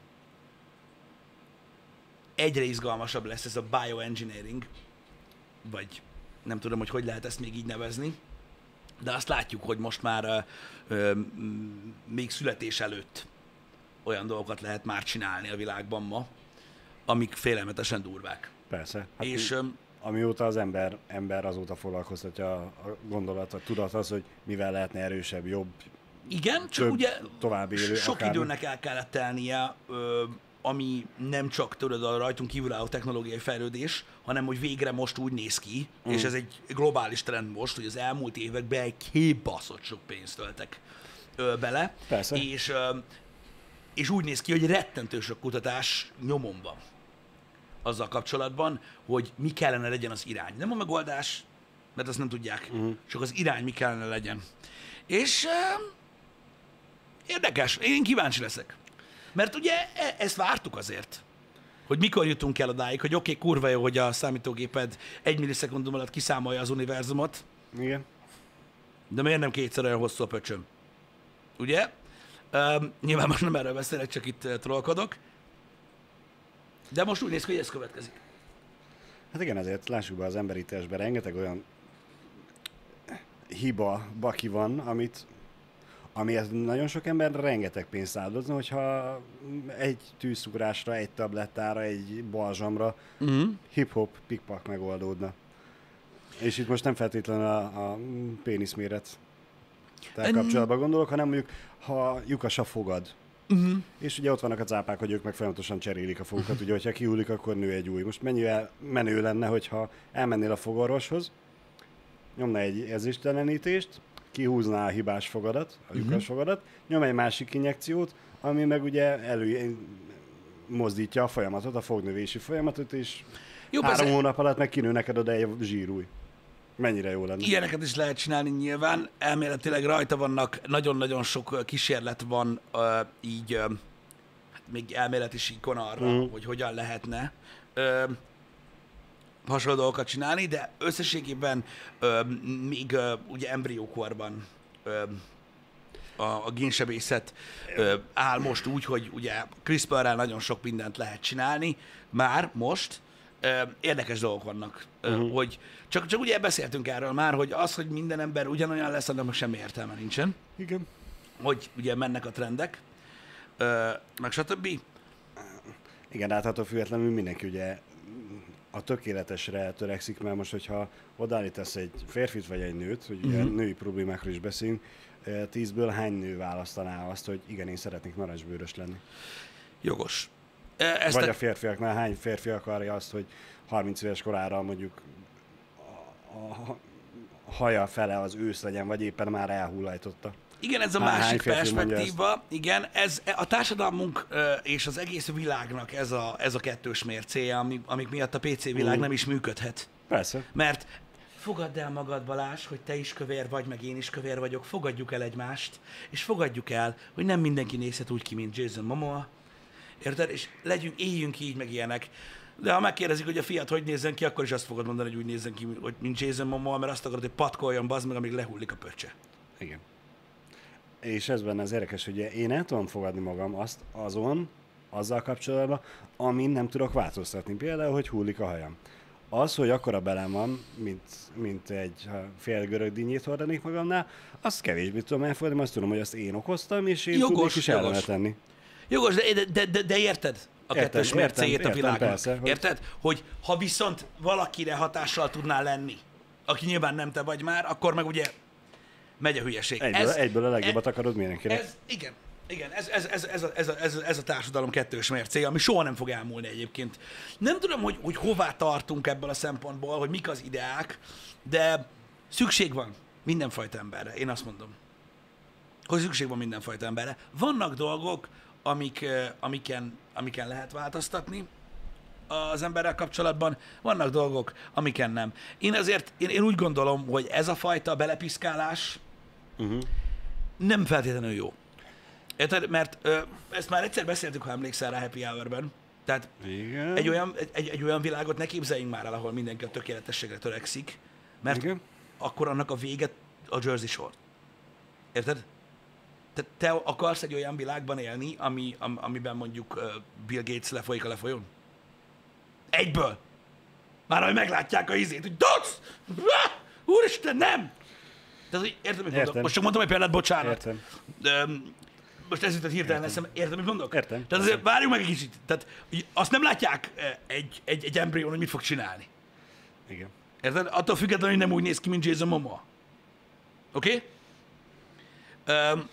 egyre izgalmasabb lesz ez a bioengineering, vagy nem tudom, hogy hogy lehet ezt még így nevezni, de azt látjuk, hogy most már ö, ö, még születés előtt olyan dolgokat lehet már csinálni a világban ma, amik félelmetesen durvák. Persze. Hát És mi, ö, amióta az ember, ember azóta foglalkoztatja a, a gondolat, a tudat az, hogy mivel lehetne erősebb, jobb, igen, csak több ugye tovább élő, sok akármi. időnek el kellett telnie, ö, ami nem csak tudod a rajtunk kívülálló technológiai fejlődés, hanem hogy végre most úgy néz ki, mm. és ez egy globális trend most, hogy az elmúlt években egy kibaszott sok pénzt töltek ö, bele, Persze. és, ö, és úgy néz ki, hogy rettentő sok kutatás nyomon van azzal kapcsolatban, hogy mi kellene legyen az irány. Nem a megoldás, mert azt nem tudják, mm. csak az irány mi kellene legyen. És ö, érdekes, én kíváncsi leszek. Mert ugye e- ezt vártuk azért, hogy mikor jutunk el odáig, hogy oké, okay, kurva jó, hogy a számítógéped egy millisekundum alatt kiszámolja az univerzumot, Igen. de miért nem kétszer olyan hosszú a pöcsöm? Ugye? Um, nyilván most nem erről beszélek, csak itt uh, trollkodok. De most úgy néz ki, hogy ez következik. Hát igen, ezért lássuk be az emberi testben rengeteg olyan hiba, baki van, amit amihez nagyon sok ember rengeteg pénzt áldozna, hogyha egy tűzszugrásra, egy tablettára, egy balzsamra Uh-huh. hip-hop, pikpak megoldódna. És itt most nem feltétlenül a, a péniszméret kapcsolatban gondolok, hanem mondjuk, ha lyukas a fogad, Uh-huh. és ugye ott vannak a cápák, hogy ők meg folyamatosan cserélik a fogukat, ugye, hogyha kihullik, akkor nő egy új. Most mennyire menő lenne, hogyha elmennél a fogorvoshoz, nyomna egy érzéstelenítést, kihúzná a hibás fogadat, a lyukas uh-huh. fogadat, nyom egy másik injekciót, ami meg ugye elő mozdítja a folyamatot, a fognövési folyamatot, és Jó, három persze, hónap alatt meg kinő neked oda egy zsírúj. Mennyire jó lenne. ilyeneket is lehet csinálni nyilván. Elméletileg rajta vannak, nagyon-nagyon sok kísérlet van uh, így, uh, hát még elmélet is ikon arra, Mhm. hogy hogyan lehetne uh, hasonló dolgokat csinálni, de összességében uh, még uh, ugye embriókorban uh, a, a génsebészet uh, áll most úgy, hogy ugye CRISPR-rel nagyon sok mindent lehet csinálni, már most. Ö, érdekes dolgok vannak, ö, Mhm. hogy csak, csak ugye beszéltünk erről már, hogy az, hogy minden ember ugyanolyan lesz, annak semmi értelme nincsen, Igen. hogy ugye mennek a trendek, ö, meg stb. Igen, hát attól függetlenül mindenki ugye a tökéletesre törekszik, mert most, hogyha odaállítasz egy férfit vagy egy nőt, hogy ugye Mhm. női problémákról is beszélünk, eh, tízből hány nő választaná azt, hogy igen, én szeretnék narancsbőrös lenni? Jogos. Ö, Ezt Vagy a, a férfiaknál hány férfi akarja azt, hogy harminc éves korára mondjuk a, a, a haja fele az ősz legyen, vagy éppen már elhullajtotta. igen, ez a Hány másik férfi mondja perspektíva, igen, ez a társadalmunk ö, és az egész világnak ez a, ez a kettős mércéje, ami, amik miatt a pé cé világ Mhm. nem is működhet. Persze. Mert fogadd el magad, Balázs, hogy te is kövér vagy, meg én is kövér vagyok, fogadjuk el egymást, és fogadjuk el, hogy nem mindenki nézhet úgy ki, mint Jason Momoa, érted? És legyünk, éljünk így, meg ilyenek. De ha megkérdezik, hogy a fiat hogy nézzen ki, akkor is azt fogod mondani, hogy úgy nézzen ki, hogy mint Jason Momoa, mert azt akarod, hogy patkoljon, bazd meg, amíg lehullik a pöccse. Igen. És ez benne az érdekes, hogy én el tudom fogadni magam azt azon, azzal kapcsolatban, amin nem tudok változtatni. Például, hogy hullik a hajam. Az, hogy akkora belem van, mint, mint egy ha fél görög dinnyét hordanék magamnál, azt kevésbé tudom elfogadni, azt tudom, hogy azt én okoztam, és én Jogos, tudnék is ellene jogos. tenni. Jogos, de, de, de, de érted a Értem, kettős értem, mércéjét a értem, világnak? persze, hogy- Érted? Hogy ha viszont valakire hatással tudnál lenni, aki nyilván nem te vagy már, akkor meg ugye megy a hülyeség. Egyből, egyből a legjobbat e- akarod mindenkinek. Ez, igen, igen, ez, ez, ez, ez, a, ez, a, ez, a, ez a társadalom kettős mércéje, ami soha nem fog elmúlni egyébként. Nem tudom, hogy, hogy hová tartunk ebből a szempontból, hogy mik az ideák, de szükség van mindenfajta emberre, én azt mondom. Hogy szükség van mindenfajta emberre. Vannak dolgok, amik, eh, amiken, amiken lehet változtatni az emberrel kapcsolatban, vannak dolgok, amiken nem. Én azért, én, én úgy gondolom, hogy ez a fajta belepiszkálás Uh-huh. nem feltétlenül jó. Érted? Mert ö, ezt már egyszer beszéltük, ha emlékszel rá Happy Hour-ben. Tehát Igen. egy olyan, egy, egy olyan világot ne képzeljünk már el, ahol mindenki a tökéletességre törekszik, mert Igen. akkor annak a vége a Jersey Shore. Érted? Te, te akarsz egy olyan világban élni, ami, am, amiben mondjuk uh, Bill Gates lefolyik a lefolyón? Egyből! Már ahogy meglátják a izét, hogy docsz! Úristen, nem! Tehát, hogy érted, mit mondok? Értem. Most csak mondtam egy példát, bocsánat. Értem. De, most ez jutott hirtelen eszembe. Érted, mit mondok? Értem. Tehát azért várjunk meg egy kicsit. Tehát hogy azt nem látják eh, egy, egy, egy embrión, hogy mit fog csinálni. Igen. Érted? Attól függetlenül, hogy nem úgy néz ki, mint Jason Momoa. Oké? Okay? Um,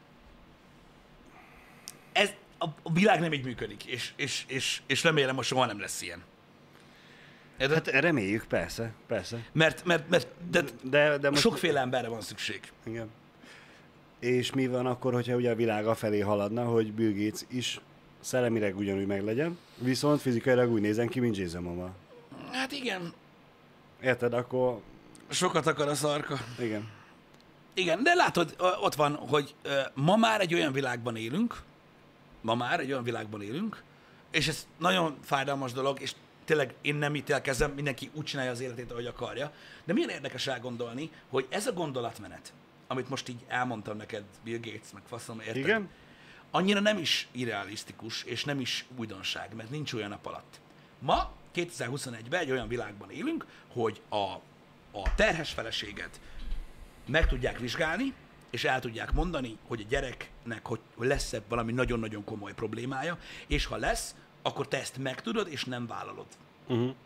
ez a, a világ nem így működik, és, és, és, és remélem, hogy soha nem lesz ilyen. Érted? Hát reméljük, persze, persze. Mert, mert, mert de, De, de most... sokféle emberre van szükség. Igen. És mi van akkor, hogyha ugye a világ afelé haladna, hogy Bill Gates is szellemileg ugyanúgy meglegyen, viszont fizikailag úgy nézen ki, mint Jason Momoa. Hát igen, Érted? Akkor... sokat akar a szarka. Igen. Igen, de látod, ö, ott van, hogy ö, ma már egy olyan világban élünk, ma már egy olyan világban élünk, és ez nagyon fájdalmas dolog, és tényleg én nem ítélkezem, mindenki úgy csinálja az életét, ahogy akarja, de milyen érdekes elgondolni, hogy ez a gondolatmenet, amit most így elmondtam neked, Bill Gates, meg faszom, érted? Igen? Annyira nem is irrealisztikus, és nem is újdonság, mert nincs olyan nap alatt. Ma, kétezer-huszonegyben egy olyan világban élünk, hogy a, a terhes feleséget meg tudják vizsgálni, és el tudják mondani, hogy a gyereknek hogy lesz-e valami nagyon-nagyon komoly problémája, és ha lesz, akkor te ezt megtudod, és nem vállalod. Uh-huh.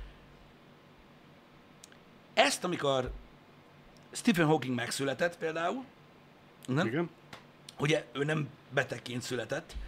Ezt, amikor Stephen Hawking megszületett például, nem? Igen. Ugye ő nem betegként született,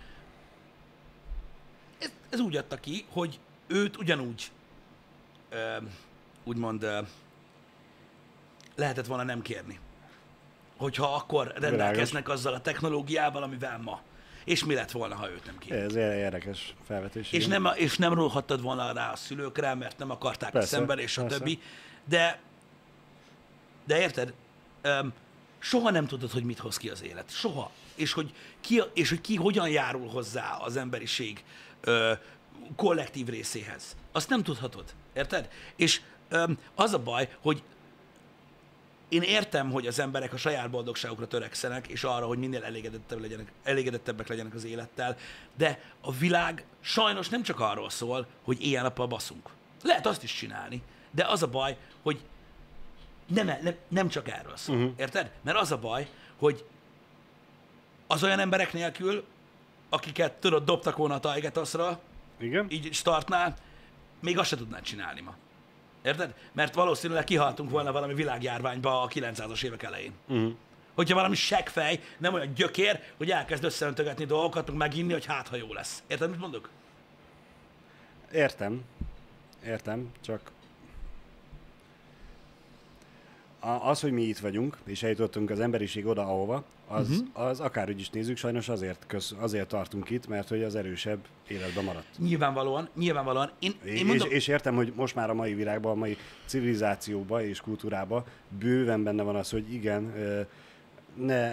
ez, ez úgy adta ki, hogy őt ugyanúgy ö, úgymond ö, lehetett volna nem kérni. Hogyha akkor rendelkeznek azzal a technológiával, amivel ma. És mi lett volna, ha őt nem kérni? Ez érdekes felvetés. És igen. nem, és nem róhattad volna rá a szülőkre, mert nem akarták Persze, a szemben, és a persze. többi. De, de érted? Öm, soha nem tudod, hogy mit hoz ki az élet. Soha. És hogy ki, és hogy ki hogyan járul hozzá az emberiség ö, kollektív részéhez. Azt nem tudhatod. Érted? És öm, az a baj, hogy én értem, hogy az emberek a saját boldogságukra törekszenek, és arra, hogy minél elégedettebb legyenek, elégedettebbek legyenek az élettel, de a világ sajnos nem csak arról szól, hogy éjjel-nappal baszunk. Lehet azt is csinálni, de az a baj, hogy nem, nem, nem csak erről szól. Uh-huh. Érted? Mert az a baj, hogy az olyan emberek nélkül, akiket tudod, dobtak volna a Tajgetaszra, Igen? így startnál, még azt se tudnád csinálni ma. Érted? Mert valószínűleg kihaltunk volna valami világjárványba a kilencszázas évek elején. Uh-huh. Hogyha valami seggfej, nem olyan gyökér, hogy elkezd összeöntögetni dolgokat, meg meginni, hogy hát, ha jó lesz. Érted, mit mondok? Értem. Értem, csak a, az, hogy mi itt vagyunk, és eljutottunk az emberiség oda, ahova, az, uh-huh. az akárhogy is nézzük, sajnos azért, köz, azért tartunk itt, mert hogy az erősebb életben maradt. Nyilvánvalóan, nyilvánvalóan. Én, én és, mondom, és értem, hogy most már a mai világban, a mai civilizációban és kultúrában bőven benne van az, hogy igen, ne,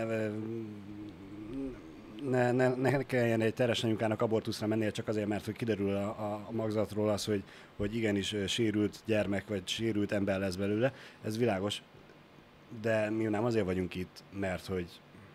ne, ne, ne kelljen egy terhes anyukának abortuszra mennie csak azért, mert hogy kiderül a, a magzatról az, hogy, hogy igenis sérült gyermek vagy sérült ember lesz belőle. Ez világos. De mi nem azért vagyunk itt, mert hogy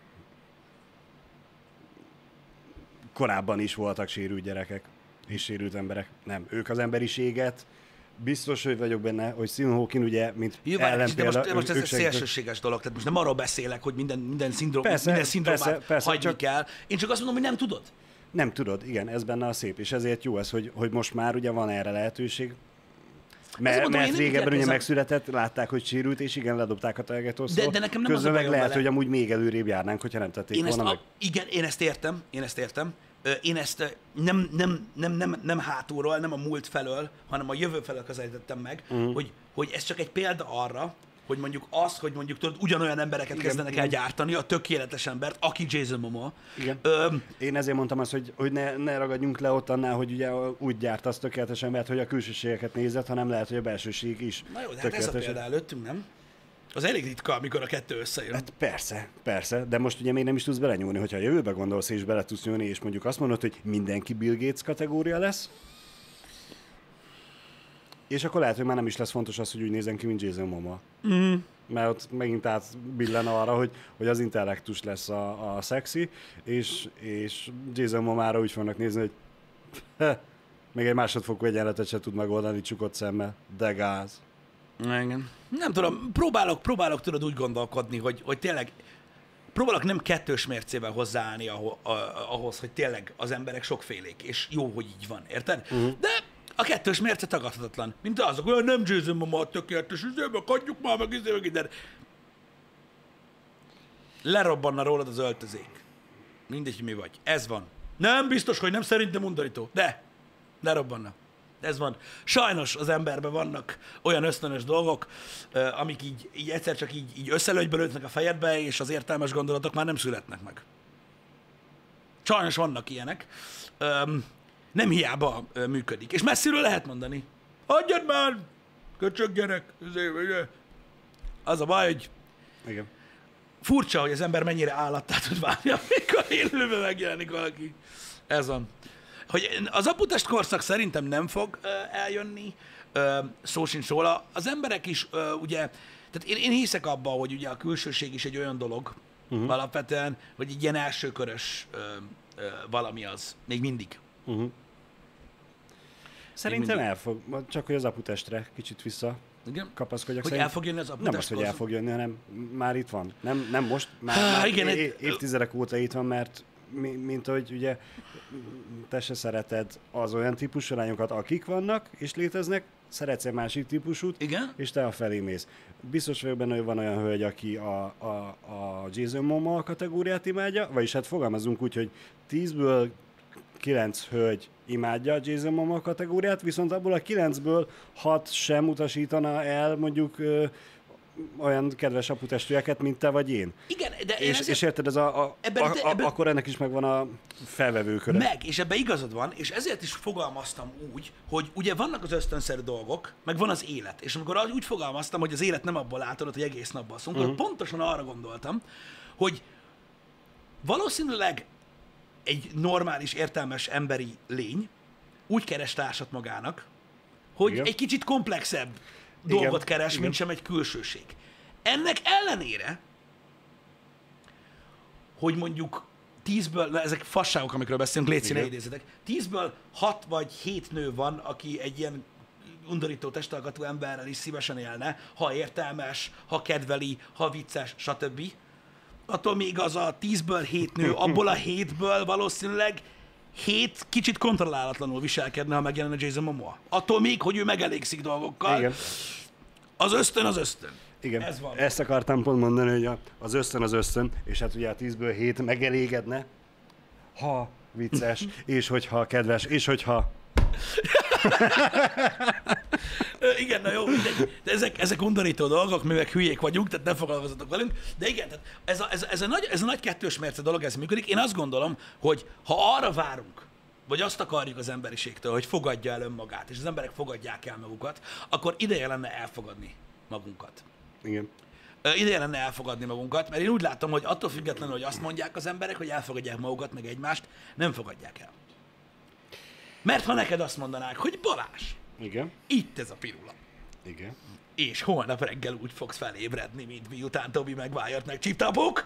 korábban is voltak sérült gyerekek és sérült emberek. Nem, ők az emberiséget. Biztos, hogy vagyok benne, hogy Stephen Hawking ugye, mint jó, de ellenpélda... most, most ez egy segített. szélsőséges dolog, tehát most nem arról beszélek, hogy minden, minden, szindróm, Persze, minden szindrómát persze, persze, hagyni csak- kell. Én csak azt mondom, hogy nem tudod. Nem tudod, igen, ez benne a szép, és ezért jó ez, hogy, hogy most már ugye van erre lehetőség. Mert, mondom, én mert nem régebben ugye ítélkezem. megszületett, látták, hogy sérült, és igen, ledobták a Tajgetosról. De- de nekem nem az a Közben meg bajom lehet, vele. hogy amúgy még előrébb járnánk, hogyha nem tették Én ezt, volna a, meg. igen, én ezt értem, én ezt értem. Ö, Én ezt ö, nem, nem, nem, nem, nem hátulról, nem a múlt felől, hanem a jövő felől közelítettem meg, Mhm. uh-huh. hogy, hogy ez csak egy példa arra, hogy mondjuk az, hogy mondjuk tudod, ugyanolyan embereket Igen, kezdenek igen. el gyártani, a tökéletes embert, aki Jason Momoa. Igen. Ö, Én ezért mondtam azt, hogy, hogy ne, ne ragadjunk le ott annál, hogy ugye úgy gyárt az tökéletes embert, hogy a külsőségeket nézett, hanem lehet, hogy a belsőség is na jó, de hát ez a tökéletes. példa előttünk, nem? Az elég ritka, amikor a kettő összejön. Hát persze, persze, de most ugye még nem is tudsz belenyúlni, hogyha a jövőbe gondolsz és bele tudsz nyúlni, és mondjuk azt mondod, hogy mindenki Bill Gates kategória lesz, és akkor lehet, hogy már nem is lesz fontos az, hogy úgy nézzen ki, mint Jason Momoa. Mm. Mert ott megint átbillen arra, hogy, hogy az intellektus lesz a, a szexi, és, és Jason Momoára úgy fognak nézni, hogy még egy másodfokú egyenletet se tud megoldani csukott szemmel, de gáz. Igen. Nem tudom, próbálok, próbálok tudod úgy gondolkodni, hogy, hogy tényleg próbálok nem kettős mércével hozzáállni ahhoz, ahhoz, hogy tényleg az emberek sokfélék, és jó, hogy így van, érted? Uh-huh. De a kettős mérce tagadhatatlan. Mint azok, hogy nem Jason Momoa tökéletes, üzőbe adjuk már meg, üzőbe, meg, de lerobbanna rólad az öltözék. Mindegy, hogy mi vagy. Ez van. Nem biztos, hogy nem szerintem undorító, de lerobbanna. Ez van. Sajnos az emberben vannak olyan ösztönös dolgok, amik így, így egyszer csak így, így összelőgyből lőtnek a fejedbe, és az értelmes gondolatok már nem születnek meg. Sajnos vannak ilyenek. Nem hiába működik. És messziről lehet mondani. Adjad már! Köcsög gyerek! Az a baj, hogy Igen. furcsa, hogy az ember mennyire állattá tud válni, amikor élőben megjelenik valaki. Ez van. Hogy az aputest korszak szerintem nem fog uh, eljönni, uh, szó sincs róla. Az emberek is, uh, ugye, tehát én, én hiszek abban, hogy ugye a külsőség is egy olyan dolog, uh-huh. alapvetően, hogy egy ilyen elsőkörös uh, uh, valami az, még mindig. Uh-huh. Szerintem el fog, csak hogy az aputestre kicsit vissza igen? kapaszkodjak. Hogy szerint. el fog jönni az aputest Nem most, hogy el korszak? fog jönni, hanem már itt van. Nem, nem most, már, Há, már igen, é- egy... évtizedek óta itt van, mert mint hogy ugye te se szereted az olyan típusú lányokat, akik vannak és léteznek, szeretsz egy másik típusút, igen? és te a felé mész. Biztos vagyok benne, hogy van olyan hölgy, aki a, a, a Jason Momoa kategóriát imádja, vagyis hát fogalmazunk úgy, hogy tízből kilenc hölgy imádja a Jason Momoa kategóriát, viszont abból a kilencből hat sem utasítana el mondjuk ö, olyan kedves aputestőeket, mint te vagy én. Igen, de én és, ezért... és érted, ez a, a, ebben, a, a, ebben... akkor ennek is megvan a felvevőköre. Meg, és ebben igazad van, és ezért is fogalmaztam úgy, hogy ugye vannak az ösztönszerű dolgok, meg van az élet. És amikor úgy fogalmaztam, hogy az élet nem abból látod, hogy egész nap baszunk, uh-huh. akkor pontosan arra gondoltam, hogy valószínűleg egy normális, értelmes emberi lény úgy keres társat magának, hogy igen. egy kicsit komplexebb igen. dolgot keres, igen. mint sem egy külsőség. Ennek ellenére, hogy mondjuk tízből, na ezek fasságok, amikről beszélünk, légy színe idézetek, tízből hat vagy hét nő van, aki egy ilyen undorító testalkatú emberrel is szívesen élne, ha értelmes, ha kedveli, ha vicces, stb. Attól még az a tízből hét nő, abból a hétből valószínűleg hét kicsit kontrollálatlanul viselkedne, ha megjelenne Jason Momoa. Attól még, hogy ő megelégszik dolgokkal. Igen. Az ösztön az ösztön. Igen, ez van. Ezt akartam pont mondani, hogy az ösztön az ösztön, és hát ugye a tízből hét megelégedne, ha vicces, és hogyha kedves, és hogyha... Igen, na jó, mindegy. De ezek, ezek undorító dolgok, mi meg hülyék vagyunk, tehát ne foglalkozzatok velünk. De igen, tehát ez a, ez, a, ez, a nagy, ez a nagy kettős mérce dolog, ez működik. Én azt gondolom, hogy ha arra várunk, vagy azt akarjuk az emberiségtől, hogy fogadja el önmagát, és az emberek fogadják el magukat, akkor ideje lenne elfogadni magunkat. Igen. Ideje lenne elfogadni magunkat, mert én úgy látom, hogy attól függetlenül, hogy azt mondják az emberek, hogy elfogadják magukat, meg egymást, nem fogadják el. Mert ha neked azt mondanák, hogy Balázs, igen. itt ez a pirula. Igen. És holnap reggel úgy fogsz felébredni, mint miután Tobi meg Wyatt megcsípte a bók,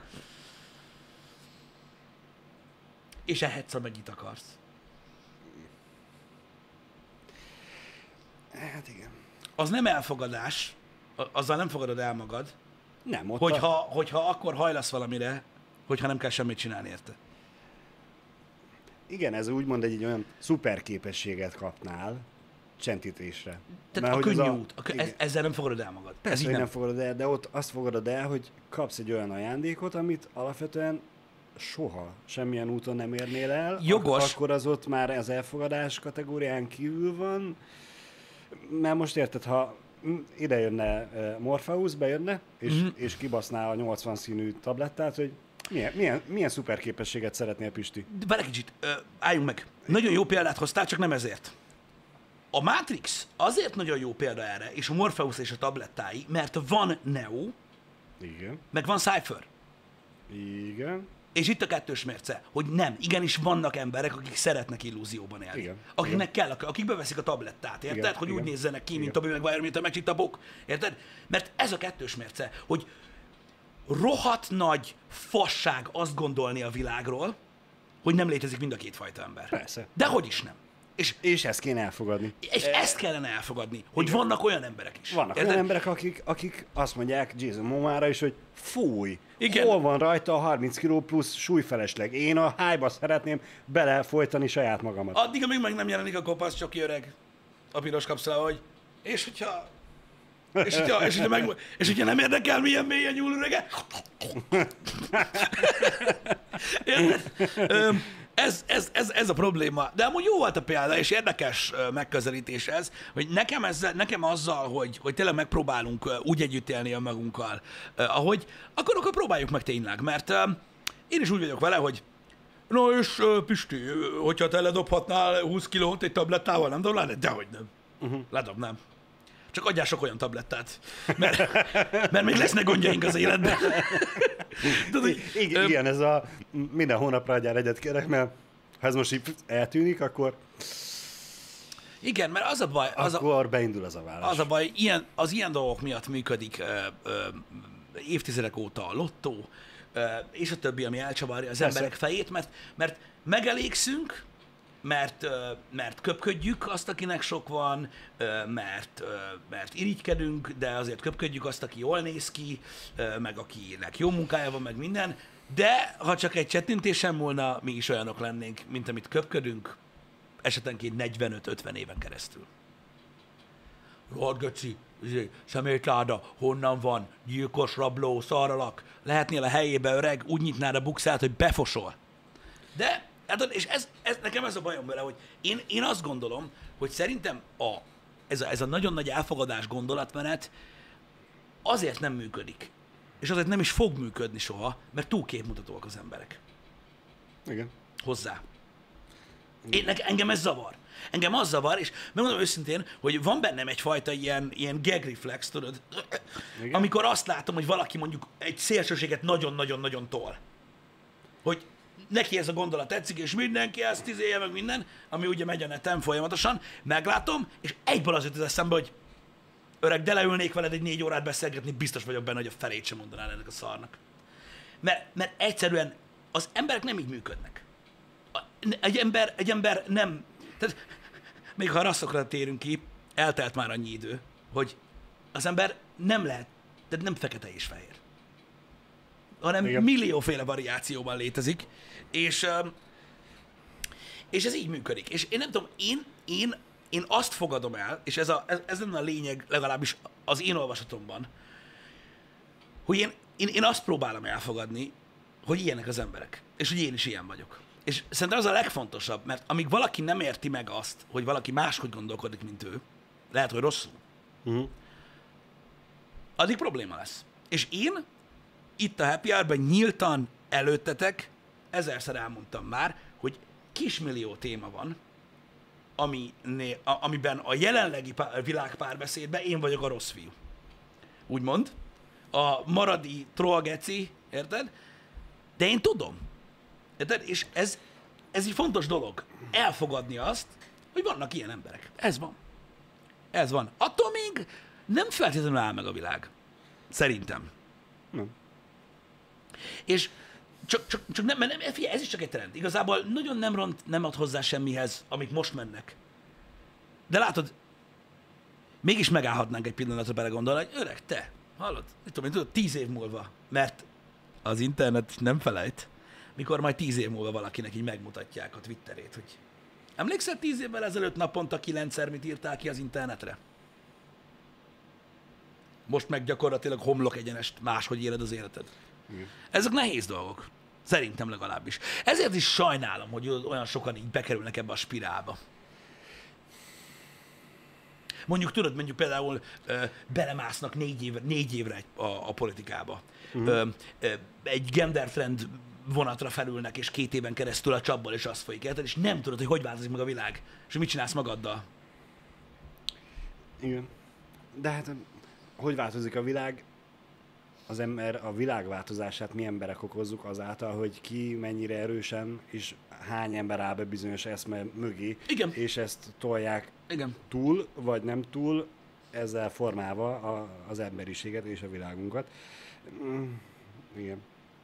és ehetsz, amennyit akarsz. Hát igen. Az nem elfogadás, azzal nem fogadod el magad, nem, ott hogyha, a... hogyha akkor hajlasz valamire, hogyha nem kell semmit csinálni érte. Igen, ez úgymond egy, egy olyan szuper képességet kapnál csendítésre. Tehát mert, a könnyű a... út, a, ez, ezzel nem fogadod el magad. Persze, ez így nem. nem fogadod el, de ott azt fogadod el, hogy kapsz egy olyan ajándékot, amit alapvetően soha semmilyen úton nem érnél el. Jogos. Ak- akkor az ott már az elfogadás kategórián kívül van. Mert most érted, ha ide jönne Morpheus, bejönne, és, mm-hmm. és kibaszná a nyolcvan színű tablettát, hogy milyen, milyen, milyen szuper képességet szeretnél, Pisti? Várj kicsit, uh, álljunk meg. Nagyon jó példát hoztál, csak nem ezért. A Matrix azért nagyon jó példa erre, és a Morpheus és a tablettái, mert van Neo, Igen. Meg van Cypher. Igen. És itt a kettős mérce, hogy nem, igenis vannak emberek, akik szeretnek illúzióban élni. Igen. Akiknek kell, akik beveszik a tablettát, érted? Igen. Hogy Igen. úgy nézzenek ki, mint Igen. Tobey Maguire, mint a Magic Tabok, érted? Mert ez a kettős mérce, hogy rohadt nagy fasság azt gondolni a világról, hogy nem létezik mind a két fajta ember. Persze. De hogy is nem. És, És ezt kéne elfogadni. és ezt kellene elfogadni, hogy Igen. vannak olyan emberek is. Vannak érted? olyan emberek, akik, akik azt mondják Jason Momoára is, hogy fúj, Igen. hol van rajta a harminc kiló plusz súlyfelesleg. Én a hájba szeretném belefolytani saját magamat. Addig, amíg meg nem jelenik a kopasz csoki öreg a piros kapszalával, hogy és hogyha és hogyha, és, hogyha meg, és hogyha nem érdekel, milyen mélyen nyúl ürege. Érted? Ö, Ez, ez, ez, ez a probléma. De amúgy jó volt a példa, és érdekes ö, megközelítés ez, hogy nekem, ezzel, nekem azzal, hogy, hogy tényleg megpróbálunk ö, úgy együtt élni a magunkkal, ö, ahogy, akkor, akkor próbáljuk meg tényleg, mert ö, én is úgy vagyok vele, hogy no és ö, Pisti, ö, hogyha te ledobhatnál húsz kilót egy tablettával, nem dobnád? Dehogy nem. Uh-huh. Ledobnám. Csak adjál sok olyan tablettát, mert, mert még lesznek gondjaink az életben. Tudod, hogy, Igen, ö, igen, ez a minden hónapra adjál egyet kérek, mert ha ez most így eltűnik, akkor, igen, mert az a baj, az a, akkor beindul az a válasz. az a baj ilyen, az ilyen dolgok miatt működik ö, ö, évtizedek óta a lottó, ö, és a többi, ami elcsavarja az Persze. emberek fejét, mert, mert megelégszünk, mert, ö, mert köpködjük azt, akinek sok van, ö, mert, ö, mert irigykedünk, de azért köpködjük azt, aki jól néz ki, ö, meg akinek jó munkája van, meg minden, de ha csak egy csettintésen múlna, mi is olyanok lennénk, mint amit köpködünk, esetenként negyvenöt-ötven éven keresztül. Rohadt geci, izé, szemétláda, honnan van, gyilkos, rabló, szaralak, lehetnél a helyébe öreg, úgy nyitnád a bukszát, hogy befosol. De, hát, és ez, ez, nekem ez a bajom vele, hogy én, én azt gondolom, hogy szerintem a, ez, a, ez a nagyon nagy elfogadás gondolatmenet azért nem működik. És azért nem is fog működni soha, mert túl képmutatóak az emberek Igen. hozzá. Én, nekem, engem ez zavar. Engem az zavar, és megmondom őszintén, hogy van bennem egyfajta ilyen, ilyen gag reflex, tudod, Igen. amikor azt látom, hogy valaki mondjuk egy szélsőséget nagyon-nagyon-nagyon tol. Hogy neki ez a gondolat tetszik, és mindenki ezt izélje meg minden, ami ugye megy a neten folyamatosan, meglátom, és egyből az jut az eszembe, hogy öreg, de leülnék veled egy négy órát beszélgetni, biztos vagyok benne, hogy a felét sem mondanál ennek a szarnak. Mert, mert egyszerűen az emberek nem így működnek. A- Egy ember, egy ember nem... Tehát, még ha a rasszokra térünk ki, eltelt már annyi idő, hogy az ember nem lehet, tehát nem fekete és fehér, hanem Igen. millióféle variációban létezik, és, öm, és ez így működik. És én nem tudom, én, én, én azt fogadom el, és ez, a, ez, ez lenne a lényeg legalábbis az én olvasatomban, hogy én, én, én azt próbálom elfogadni, hogy ilyenek az emberek, és hogy én is ilyen vagyok. És szerintem az a legfontosabb, mert amíg valaki nem érti meg azt, hogy valaki máshogy gondolkodik, mint ő, lehet, hogy rosszul, Uh-huh. addig probléma lesz. És én itt a Happy Hour-ben nyíltan előttetek, ezerszer elmondtam már, hogy kismillió téma van, aminé, a, amiben a jelenlegi pá, világ párbeszédben én vagyok a rossz fiú. Úgymond. A maradi trollgeci, érted? De én tudom. Érted? És ez, ez egy fontos dolog. Elfogadni azt, hogy vannak ilyen emberek. Ez van. Ez van. Attól még nem feltétlenül áll meg a világ. Szerintem. Nem. És csak, csak, csak nem, nem, figyelj, ez is csak egy trend. Igazából nagyon nem ront, nem ad hozzá semmihez, amik most mennek. De látod, mégis megállhatnánk egy pillanatra belegondolni, hogy öreg, te, hallod, mit tudom én, tudod, tíz év múlva, mert az internet nem felejt, mikor majd tíz év múlva valakinek így megmutatják a Twitterét, hogy emlékszel tíz évvel ezelőtt naponta kilencszer mit írtál ki az internetre? Most meg gyakorlatilag homlok egyenest máshogy éled az életed. Igen. Ezek nehéz dolgok. Szerintem legalábbis. Ezért is sajnálom, hogy olyan sokan így bekerülnek ebbe a spirálba. Mondjuk tudod, mondjuk például ö, belemásznak négy, év, négy évre egy, a, a politikába. Uh-huh. Ö, ö, egy gendertrend vonatra felülnek, és két éven keresztül a csapból és az folyik, érted? És nem tudod, hogy hogy változik meg a világ, és hogy mit csinálsz magaddal. Igen. De hát, hogy változik a világ? az ember a világváltozását mi emberek okozzuk azáltal, hogy ki mennyire erősen, és hány ember áll be bizonyos eszme mögé, Igen. és ezt tolják Igen. túl, vagy nem túl, ezzel formálva a, az emberiséget és a világunkat. Mm, igen.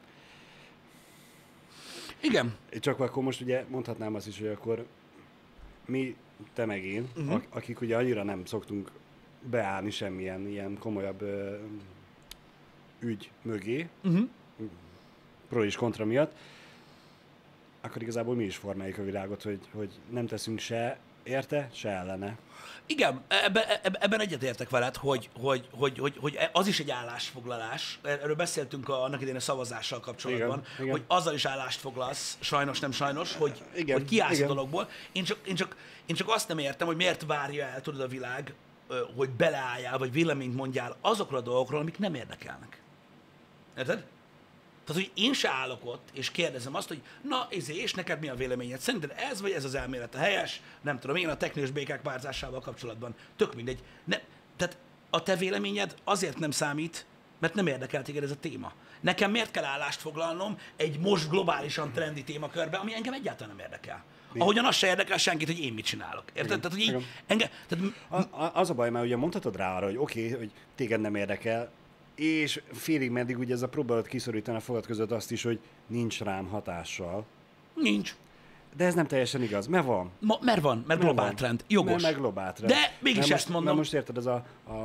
Igen. Csak akkor most ugye mondhatnám azt is, hogy akkor mi, te meg én, uh-huh. ak- akik ugye annyira nem szoktunk beállni semmilyen ilyen komolyabb ö, ügy mögé, uh-huh. pro és kontra miatt, akkor igazából mi is formáljuk a világot, hogy, hogy nem teszünk se érte, se ellene. Igen, ebben, ebben egyetértek veled, hogy, hogy, hogy, hogy, hogy az is egy állásfoglalás. Erről beszéltünk a, annak idején a szavazással kapcsolatban, igen, hogy igen. azzal is állást foglalsz, sajnos, nem sajnos, hogy, igen, hogy kiállsz igen. a dologból. Én csak, én, csak, én csak azt nem értem, hogy miért várja el, tudod, a világ, hogy beleálljál, vagy véleményt mondjál azokról a dolgokról, amik nem érdekelnek. Érted? Tehát, hogy én se állok ott, és kérdezem azt, hogy na, izé, és neked mi a véleményed? Szerinted ez vagy ez az elmélet a helyes? Nem tudom, én a teknős békák párzásával kapcsolatban. Tök mindegy. Ne, tehát a te véleményed azért nem számít, mert nem érdekel téged ez a téma. Nekem miért kell állást foglalnom egy most globálisan trendi témakörbe, ami engem egyáltalán nem érdekel? Mi? Ahogyan az se érdekel senkit, hogy én mit csinálok. Érted? Tehát, hogy így engem... Tehát... A, a, az a baj, mert ugye mondhatod rá arra, hogy oké, okay, hogy téged nem érdekel, és félig meddig ugye ez a próbálod kiszorítani a fogad között azt is, hogy nincs rám hatással. Nincs. De ez nem teljesen igaz. Mert van. Ma, mert van, mert globál trend. Jogos. Mert, mert globál trend. De mégis mert ezt most, mondom. Mert most érted, ez a... a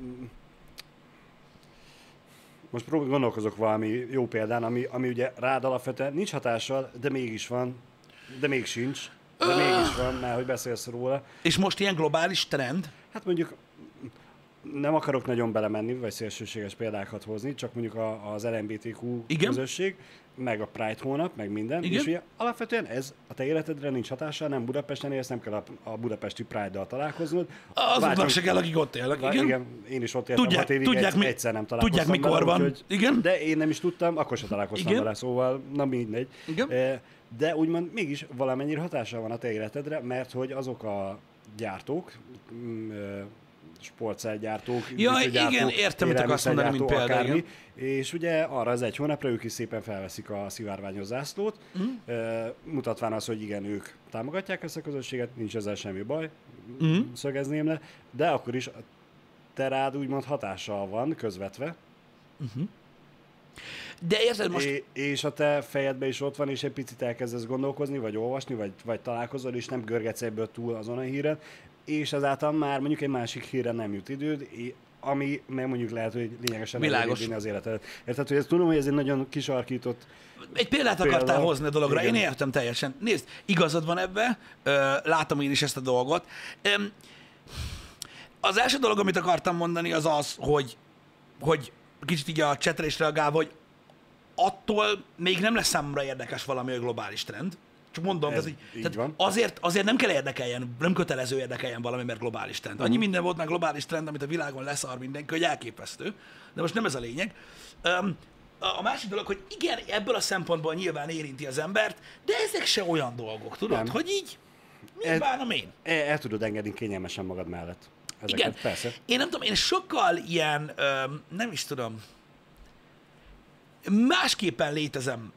most próbál, gondolkozok valami jó példán, ami, ami ugye rád alapvetően nincs hatással, de mégis van. De még sincs. De uh. mégis van, mert hogy beszélsz róla. És most ilyen globális trend? Hát mondjuk nem akarok nagyon belemenni, vagy szélsőséges példákat hozni, csak mondjuk a, az el em bé té kú igen? közösség, meg a Pride hónap, meg minden. Igen? És ugye alapvetően ez a te életedre nincs hatással, nem Budapesten élsz, nem kell a, a budapesti Pride-dal találkoznod. Azoknak se kell, akik ott élnek, igen? Igen, én is ott éltem tudják, hat évig, tudják, egy, mi, egyszer nem találkoztam tudják, mikor vele, van. Úgyhogy, igen? De én nem is tudtam, akkor sem találkoztam igen? vele, szóval na mindegy. Igen? De úgymond mégis valamennyire hatással van a te életedre, mert hogy azok a gyártók, sportszergyártók, ja, igen, értem, mit akarsz mondani, mint példa, akármi, igen. És ugye arra az egy hónapra ők is szépen felveszik a szivárványos zászlót, uh-huh. mutatván az, hogy igen, ők támogatják ezt a közösséget, nincs ezzel semmi baj, uh-huh. szögezném le, de akkor is te rád úgymond hatással van közvetve. Uh-huh. De érted most... É, és a te fejedben is ott van, és egy picit elkezdesz gondolkozni, vagy olvasni, vagy, vagy találkozol, és nem görgetsz ebből túl azon a híren, és ezáltal már mondjuk egy másik hírre nem jut időd, ami meg mondjuk lehet, hogy lényegesen elvinni az életedet. Érted, hogy ezt tudom, hogy ez egy nagyon kisarkított egy példát példa. Akartál hozni a dologra, igen. Én értem teljesen. Nézd, igazad van ebbe, látom én is ezt a dolgot. Az első dolog, amit akartam mondani, az az, hogy, hogy kicsit így a chatre is reagálva, hogy attól még nem lesz számomra érdekes valami a globális trend. Csak mondom, ez, így, tehát azért, azért nem kell érdekeljen, nem kötelező érdekeljen valami, mert globális trend. Annyi uh-huh. minden volt már globális trend, amit a világon leszar mindenki, hogy elképesztő. De most nem ez a lényeg. Um, a másik dolog, hogy igen, ebből a szempontból nyilván érinti az embert, de ezek se olyan dolgok, tudod, nem. hogy így, mit bánom én? El, el tudod engedni kényelmesen magad mellett. Ezeket, igen. Persze. Én nem tudom, én sokkal ilyen, um, nem is tudom, másképpen létezem,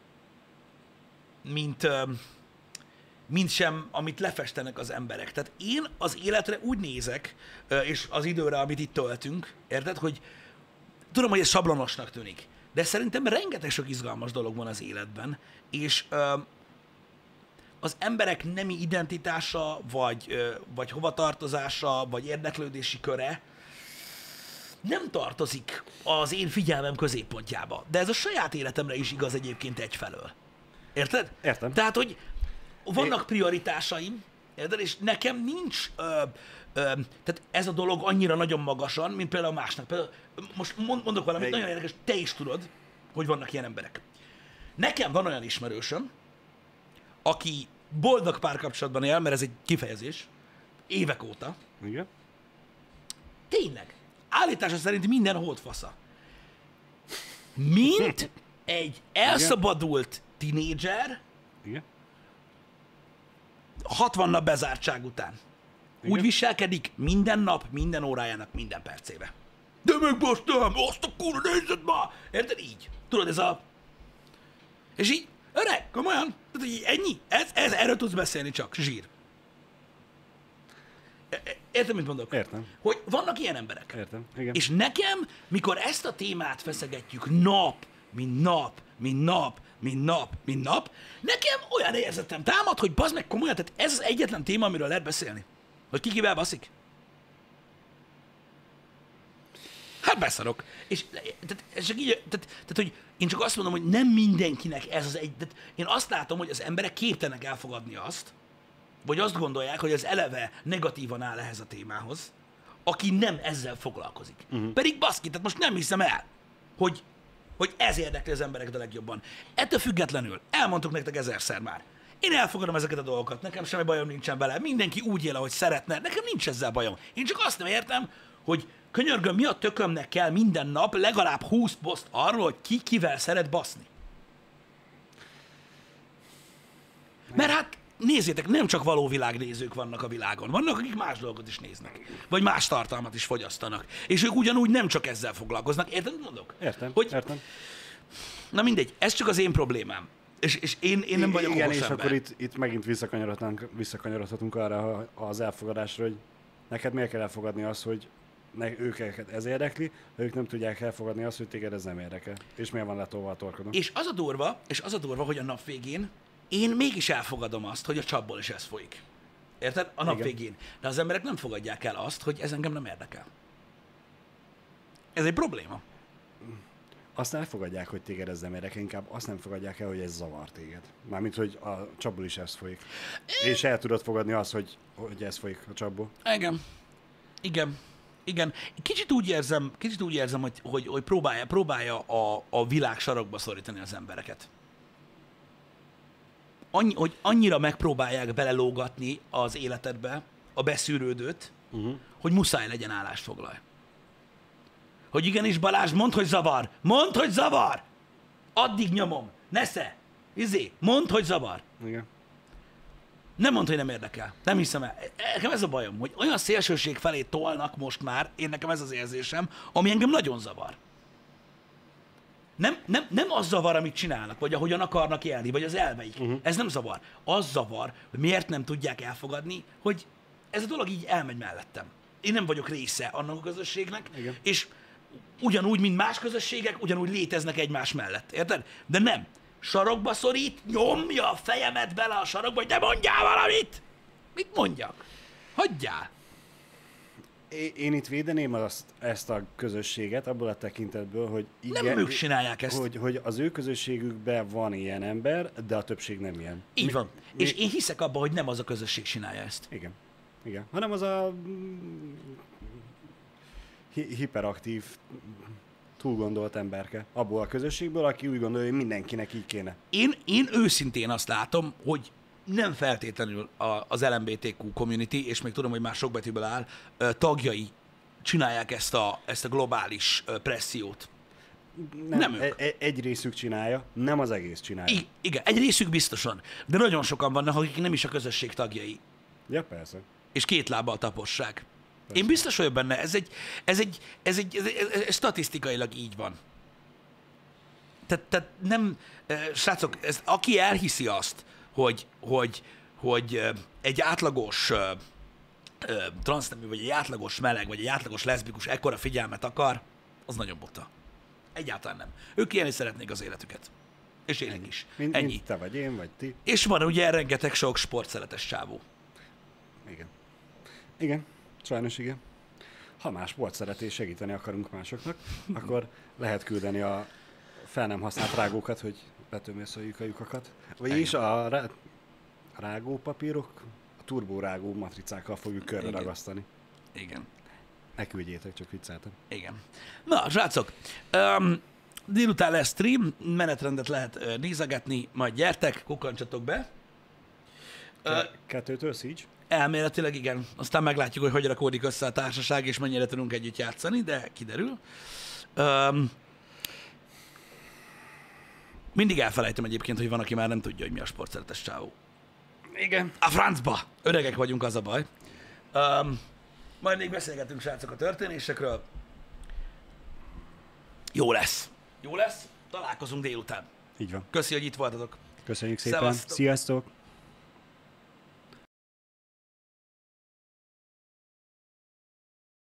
mint, mint sem, amit lefestenek az emberek. Tehát én az életre úgy nézek, és az időre, amit itt töltünk, érted, hogy tudom, hogy ez sablonosnak tűnik, de szerintem rengeteg sok izgalmas dolog van az életben, és az emberek nemi identitása, vagy, vagy hovatartozása, vagy érdeklődési köre nem tartozik az én figyelmem középpontjába. De ez a saját életemre is igaz egyébként egyfelől. Érted? Értem. Tehát, hogy vannak prioritásaim, érted? És nekem nincs, ö, ö, tehát ez a dolog annyira nagyon magasan, mint például másnak. Például, most mondok valamit, Még... nagyon érdekes, te is tudod, hogy vannak ilyen emberek. Nekem van olyan ismerősöm, aki boldog párkapcsolatban él, mert ez egy kifejezés, évek óta. Igen. Tényleg. Állítása szerint minden hódfasza. Mint egy elszabadult tinédzser, igen. hatvan nap bezártság után. Igen. Úgy viselkedik minden nap, minden órájának, minden percébe. de megbasztam, azt a kurva nézzed már! Érted? Így. Tudod, ez a... És így, öreg, komolyan, tehát így ennyi? Ez, ez, erről tudsz beszélni csak, zsír. Érted, mit mondok? Értem. Hogy vannak ilyen emberek. Értem, igen. És nekem, mikor ezt a témát feszegetjük nap, mint nap, mint nap, mint nap, mint nap, nekem olyan érzetem támad, hogy bazd meg komolyan, tehát ez az egyetlen téma, amiről lehet beszélni. Hogy ki kivel baszik. Hát beszarok. És tehát, ez csak így, tehát, tehát, hogy én csak azt mondom, hogy nem mindenkinek ez az egy... Tehát én azt látom, hogy az emberek képtelenek elfogadni azt, vagy azt gondolják, hogy az eleve negatívan áll ehhez a témához, aki nem ezzel foglalkozik. Uh-huh. Pedig baszki, tehát most nem hiszem el, hogy, hogy ez érdekli az embereket a legjobban. Ettől függetlenül, elmondtuk nektek ezerszer már, én elfogadom ezeket a dolgokat, nekem semmi bajom nincsen vele, mindenki úgy él, ahogy szeretne, nekem nincs ezzel bajom. Én csak azt nem értem, hogy könyörgöm, mi a tökömnek kell minden nap legalább húsz poszt arról, hogy ki kivel szeret baszni. Mert hát nézzétek, nem csak való világnézők vannak a világon, vannak, akik más dolgot is néznek, vagy más tartalmat is fogyasztanak. És ők ugyanúgy nem csak ezzel foglalkoznak. Érted, mit mondok? Értem, hogy... értem. Na mindegy, ez csak az én problémám. És, és én, én nem vagyok igen, okos és ember. akkor itt, itt megint visszakanyarodhatunk, visszakanyarodhatunk arra az elfogadásra, hogy neked miért kell elfogadni azt, hogy ne, őket ez érdekli, de ők nem tudják elfogadni azt, hogy téged ez nem érdekel. És miért van letolva a torkodon? És az a durva, és az a durva, hogy a nap végén én mégis elfogadom azt, hogy a csapból is ez folyik. Érted? A nap Igen. végén. De az emberek nem fogadják el azt, hogy ez engem nem érdekel. Ez egy probléma. Azt elfogadják, hogy téged ez nem érdekel, inkább azt nem fogadják el, hogy ez zavar téged. Mármint, hogy a csapból is ez folyik. És el tudod fogadni azt, hogy, hogy ez folyik a csapból. Igen. Igen. Igen. Kicsit úgy érzem, kicsit úgy érzem, hogy, hogy, hogy próbálja, próbálja a, a világ sarokba szorítani az embereket. Annyi, hogy annyira megpróbálják belelógatni az életedbe a beszűrődőt, uh-huh. hogy muszáj legyen állást foglalj. Hogy igenis, Balázs, mondd, hogy zavar! Mondd, hogy zavar! Addig nyomom. Nesze! Izé, mondd, hogy zavar! Igen. Nem mondd, hogy nem érdekel. Nem hiszem el. Nekem ez a bajom, hogy olyan szélsőség felé tolnak most már, én nekem ez az érzésem, ami engem nagyon zavar. Nem, nem, nem az zavar, amit csinálnak, vagy ahogyan akarnak élni, vagy az elveik. Uh-huh. Ez nem zavar. Az zavar, hogy miért nem tudják elfogadni, hogy ez a dolog így elmegy mellettem. Én nem vagyok része annak a közösségnek, igen. És ugyanúgy, mint más közösségek, ugyanúgy léteznek egymás mellett. Érted? De nem. Sarokba szorít, nyomja a fejemet bele a sarokba, hogy ne mondjál valamit! Mit mondjak? Hagyjál! Én itt védeném azt, ezt a közösséget abból a tekintetből, hogy igen, nem ők csinálják ezt. Hogy, hogy az ő közösségükben van ilyen ember, de a többség nem ilyen. Így Mi, van. Mi, És én hiszek abban, hogy nem az a közösség csinálja ezt. Igen. Igen. Hanem az a mm, hi- hiperaktív, túlgondolt emberke abból a közösségből, aki úgy gondolja, hogy mindenkinek így kéne. Én, én őszintén azt látom, hogy nem feltétlenül a, az el em bé té kú community, és még tudom, hogy már sok betűből áll, tagjai csinálják ezt a, ezt a globális pressziót. Nem, nem ők. Egy, egy részük csinálja, nem az egész csinálja. I, igen, egy részük biztosan, de nagyon sokan vannak, akik nem is a közösség tagjai. Ja, persze. És két lábbal tapossák. Persze. Én biztos vagyok benne, ez egy, ez egy, ez egy, ez egy ez, ez statisztikailag így van. Tehát, tehát nem, srácok, ez, aki elhiszi azt, hogy, hogy, hogy egy átlagos transznemű, vagy egy átlagos meleg, vagy egy átlagos leszbikus ekkora figyelmet akar, az nagyon buta. Egyáltalán nem. Ők élni szeretnék az életüket. És élik is. Mint, Ennyi. mint te vagy én, vagy ti. És van ugye rengeteg sok sportszeletes csávó. Igen. Igen, sajnos igen. Ha más sportszeretés segíteni akarunk másoknak, akkor lehet küldeni a fel nem használt rágókat, hogy betömészeljük a lyukakat. Vagyis a rá... rágópapírok, a turbórágó matricákkal fogjuk körbe Igen. ragasztani. Igen. Ne küldjétek, csak vicceltem. Igen. Na, srácok, um, délután lesz stream, menetrendet lehet uh, nézegetni, majd gyertek, kukancsatok be. Uh, Ke- kettőtől Siege? elméletileg igen. Aztán meglátjuk, hogy hogy rakódik össze a társaság, és mennyire tudunk együtt játszani, de kiderül. Um, mindig elfelejtem egyébként, hogy van, aki már nem tudja, hogy mi a sportszeretes csávó. Igen. A francba! Öregek vagyunk, az a baj. Um, majd még beszélgetünk, srácok, a történésekről. Jó lesz. Jó lesz. Találkozunk délután. Így van. Köszi, hogy itt voltatok. Köszönjük szépen. Szevasztok. Sziasztok!